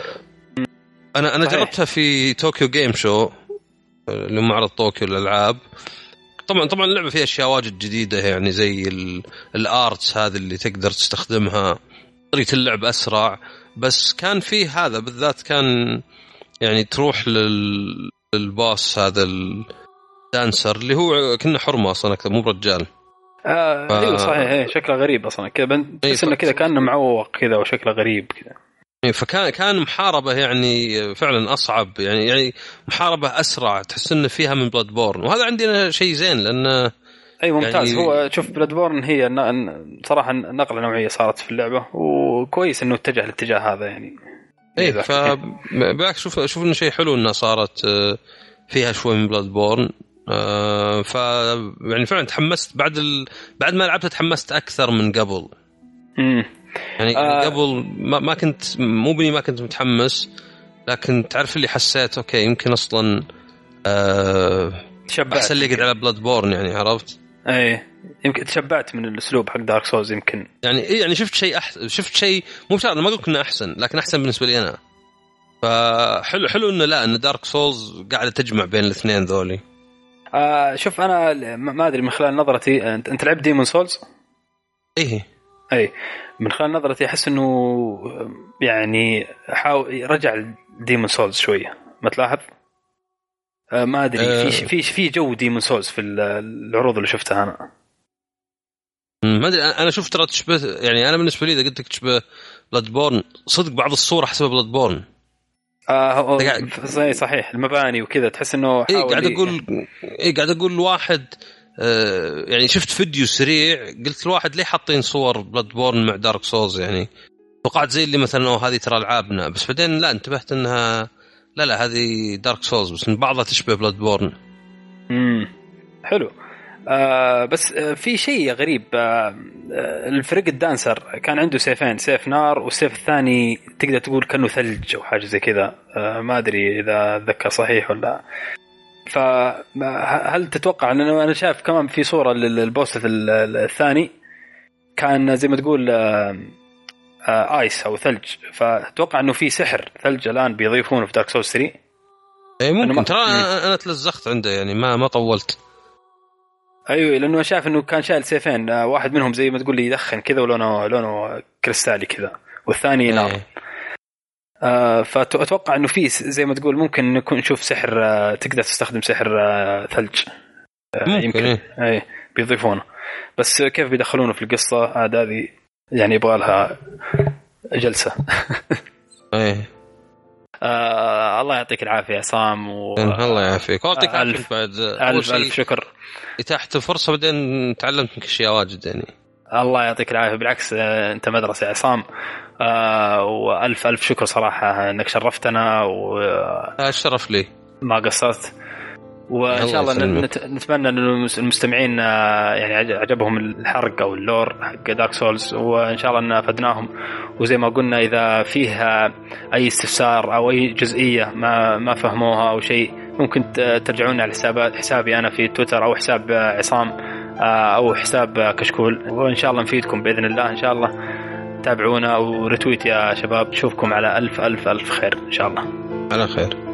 انا جربتها في طوكيو جيم شو اللي معرض طوكيو للالعاب. طبعا اللعبه فيها اشياء واجد جديده، يعني زي الارتس هذه اللي تقدر تستخدمها، طريقه اللعب اسرع. بس كان فيه هذا بالذات، كان يعني تروح للباص هذا الدانسر اللي هو كنا حرمه اصلا اكثر مو برجال. ايوه صحيح، شكله غريب اصلا كذا، بس انه كذا كانه معوق كذا وشكله غريب كذا. فكان محاربه يعني فعلا اصعب، يعني محاربه اسرع، تحس ان فيها من بلاد بورن، وهذا عندنا شيء زين لانه اي ممتاز. يعني هو شوف بلاد بورن هي صراحه نقله نوعيه صارت في اللعبه، وكويس انه اتجه الاتجاه هذا يعني. بالعكس شوف انه شيء حلو انها صارت فيها شوي من بلاد بورن. ف يعني فعلا تحمست بعد ما لعبتها، تحمست اكثر من قبل. يعني قبل ما كنت ما كنت متحمس، لكن تعرف اللي حسيت اوكي يمكن اصلا احسن لي قد على بلاد بورن، يعني عرفت. يمكن تشبعت من الاسلوب حق دارك سولز يمكن. يعني شفت شيء مو شرط، انا ما اقول انه احسن، لكن احسن بالنسبه لي انا. فحلو انه لا ان دارك سولز قاعده تجمع بين الاثنين ذولي. شوف انا ما ادري من خلال نظرتي، انت لعبت ديمون سولز؟ اي من خلال نظرتي احس انه يعني رجع ديمون سولز شويه، ما تلاحظ؟ ما ادري في جو ديمون سولز في العروض اللي شفتها انا. ما ادري، انا شفت ترى تشبه، يعني انا بالنسبه لي اذا قلت لك تشبه بلاد بورن صدق بعض الصوره حسب بلاد بورن. صحيح المباني وكذا تحس انه قاعد اقول واحد يعني شفت فيديو سريع قلت الواحد ليه حاطين صور بلاد بورن مع دارك سولز، يعني توقعت زي اللي مثلا هذه ترى العابنا، بس بعدين لا انتبهت انها لا هذه دارك سولز بس من بعضها تشبه بلاد بورن. حلو. بس في شيء غريب، الفريق الدانسر كان عنده سيفين، سيف نار والسيف الثاني تقدر تقول كأنه ثلج أو حاجة زي كذا، ما أدري إذا أتذكر صحيح ولا. فهل تتوقع أنه أنا شايف كمان في صورة للبوس الثاني كان زي ما تقول آيس أو ثلج، فتوقع أنه في سحر ثلج الآن بيضيفونه في دارك سولز 3. ممكن ترى أنا تلزقت عنده يعني ما طولت. ايوه لانه شايف انه كان شايل سيفين، واحد منهم زي ما تقول لي يدخن كذا ولونه كريستالي كذا، والثاني نار. فاتوقع انه في زي ما تقول ممكن نكون نشوف سحر، تقدر تستخدم سحر ثلج يمكن بيضيفونه، بس كيف بيدخلونه في القصه هذه يعني يبغى لها جلسه. الله يعطيك العافيه عصام الله يعافيك ويعطيك العافيه بعد. ألف شكر. اتاحت الفرصه بعدين تعلمت منك اشياء واجد يعني. الله يعطيك العافيه بالعكس انت مدرسه يا عصام. والف الف شكر صراحه انك شرفتنا الشرف لي ما قصرت. وان شاء الله نتمنى ان المستمعين يعني عجبهم الحرق او اللور حق دارك سولز وان شاء الله ان افدناهم. وزي ما قلنا اذا فيها اي استفسار او اي جزئيه ما فهموها او شيء ممكن ترجعون على حسابي انا في تويتر او حساب عصام او حساب كشكول وان شاء الله نفيدكم باذن الله. ان شاء الله تابعونا ورتويت يا شباب. نشوفكم على الف الف الف خير ان شاء الله. على خير.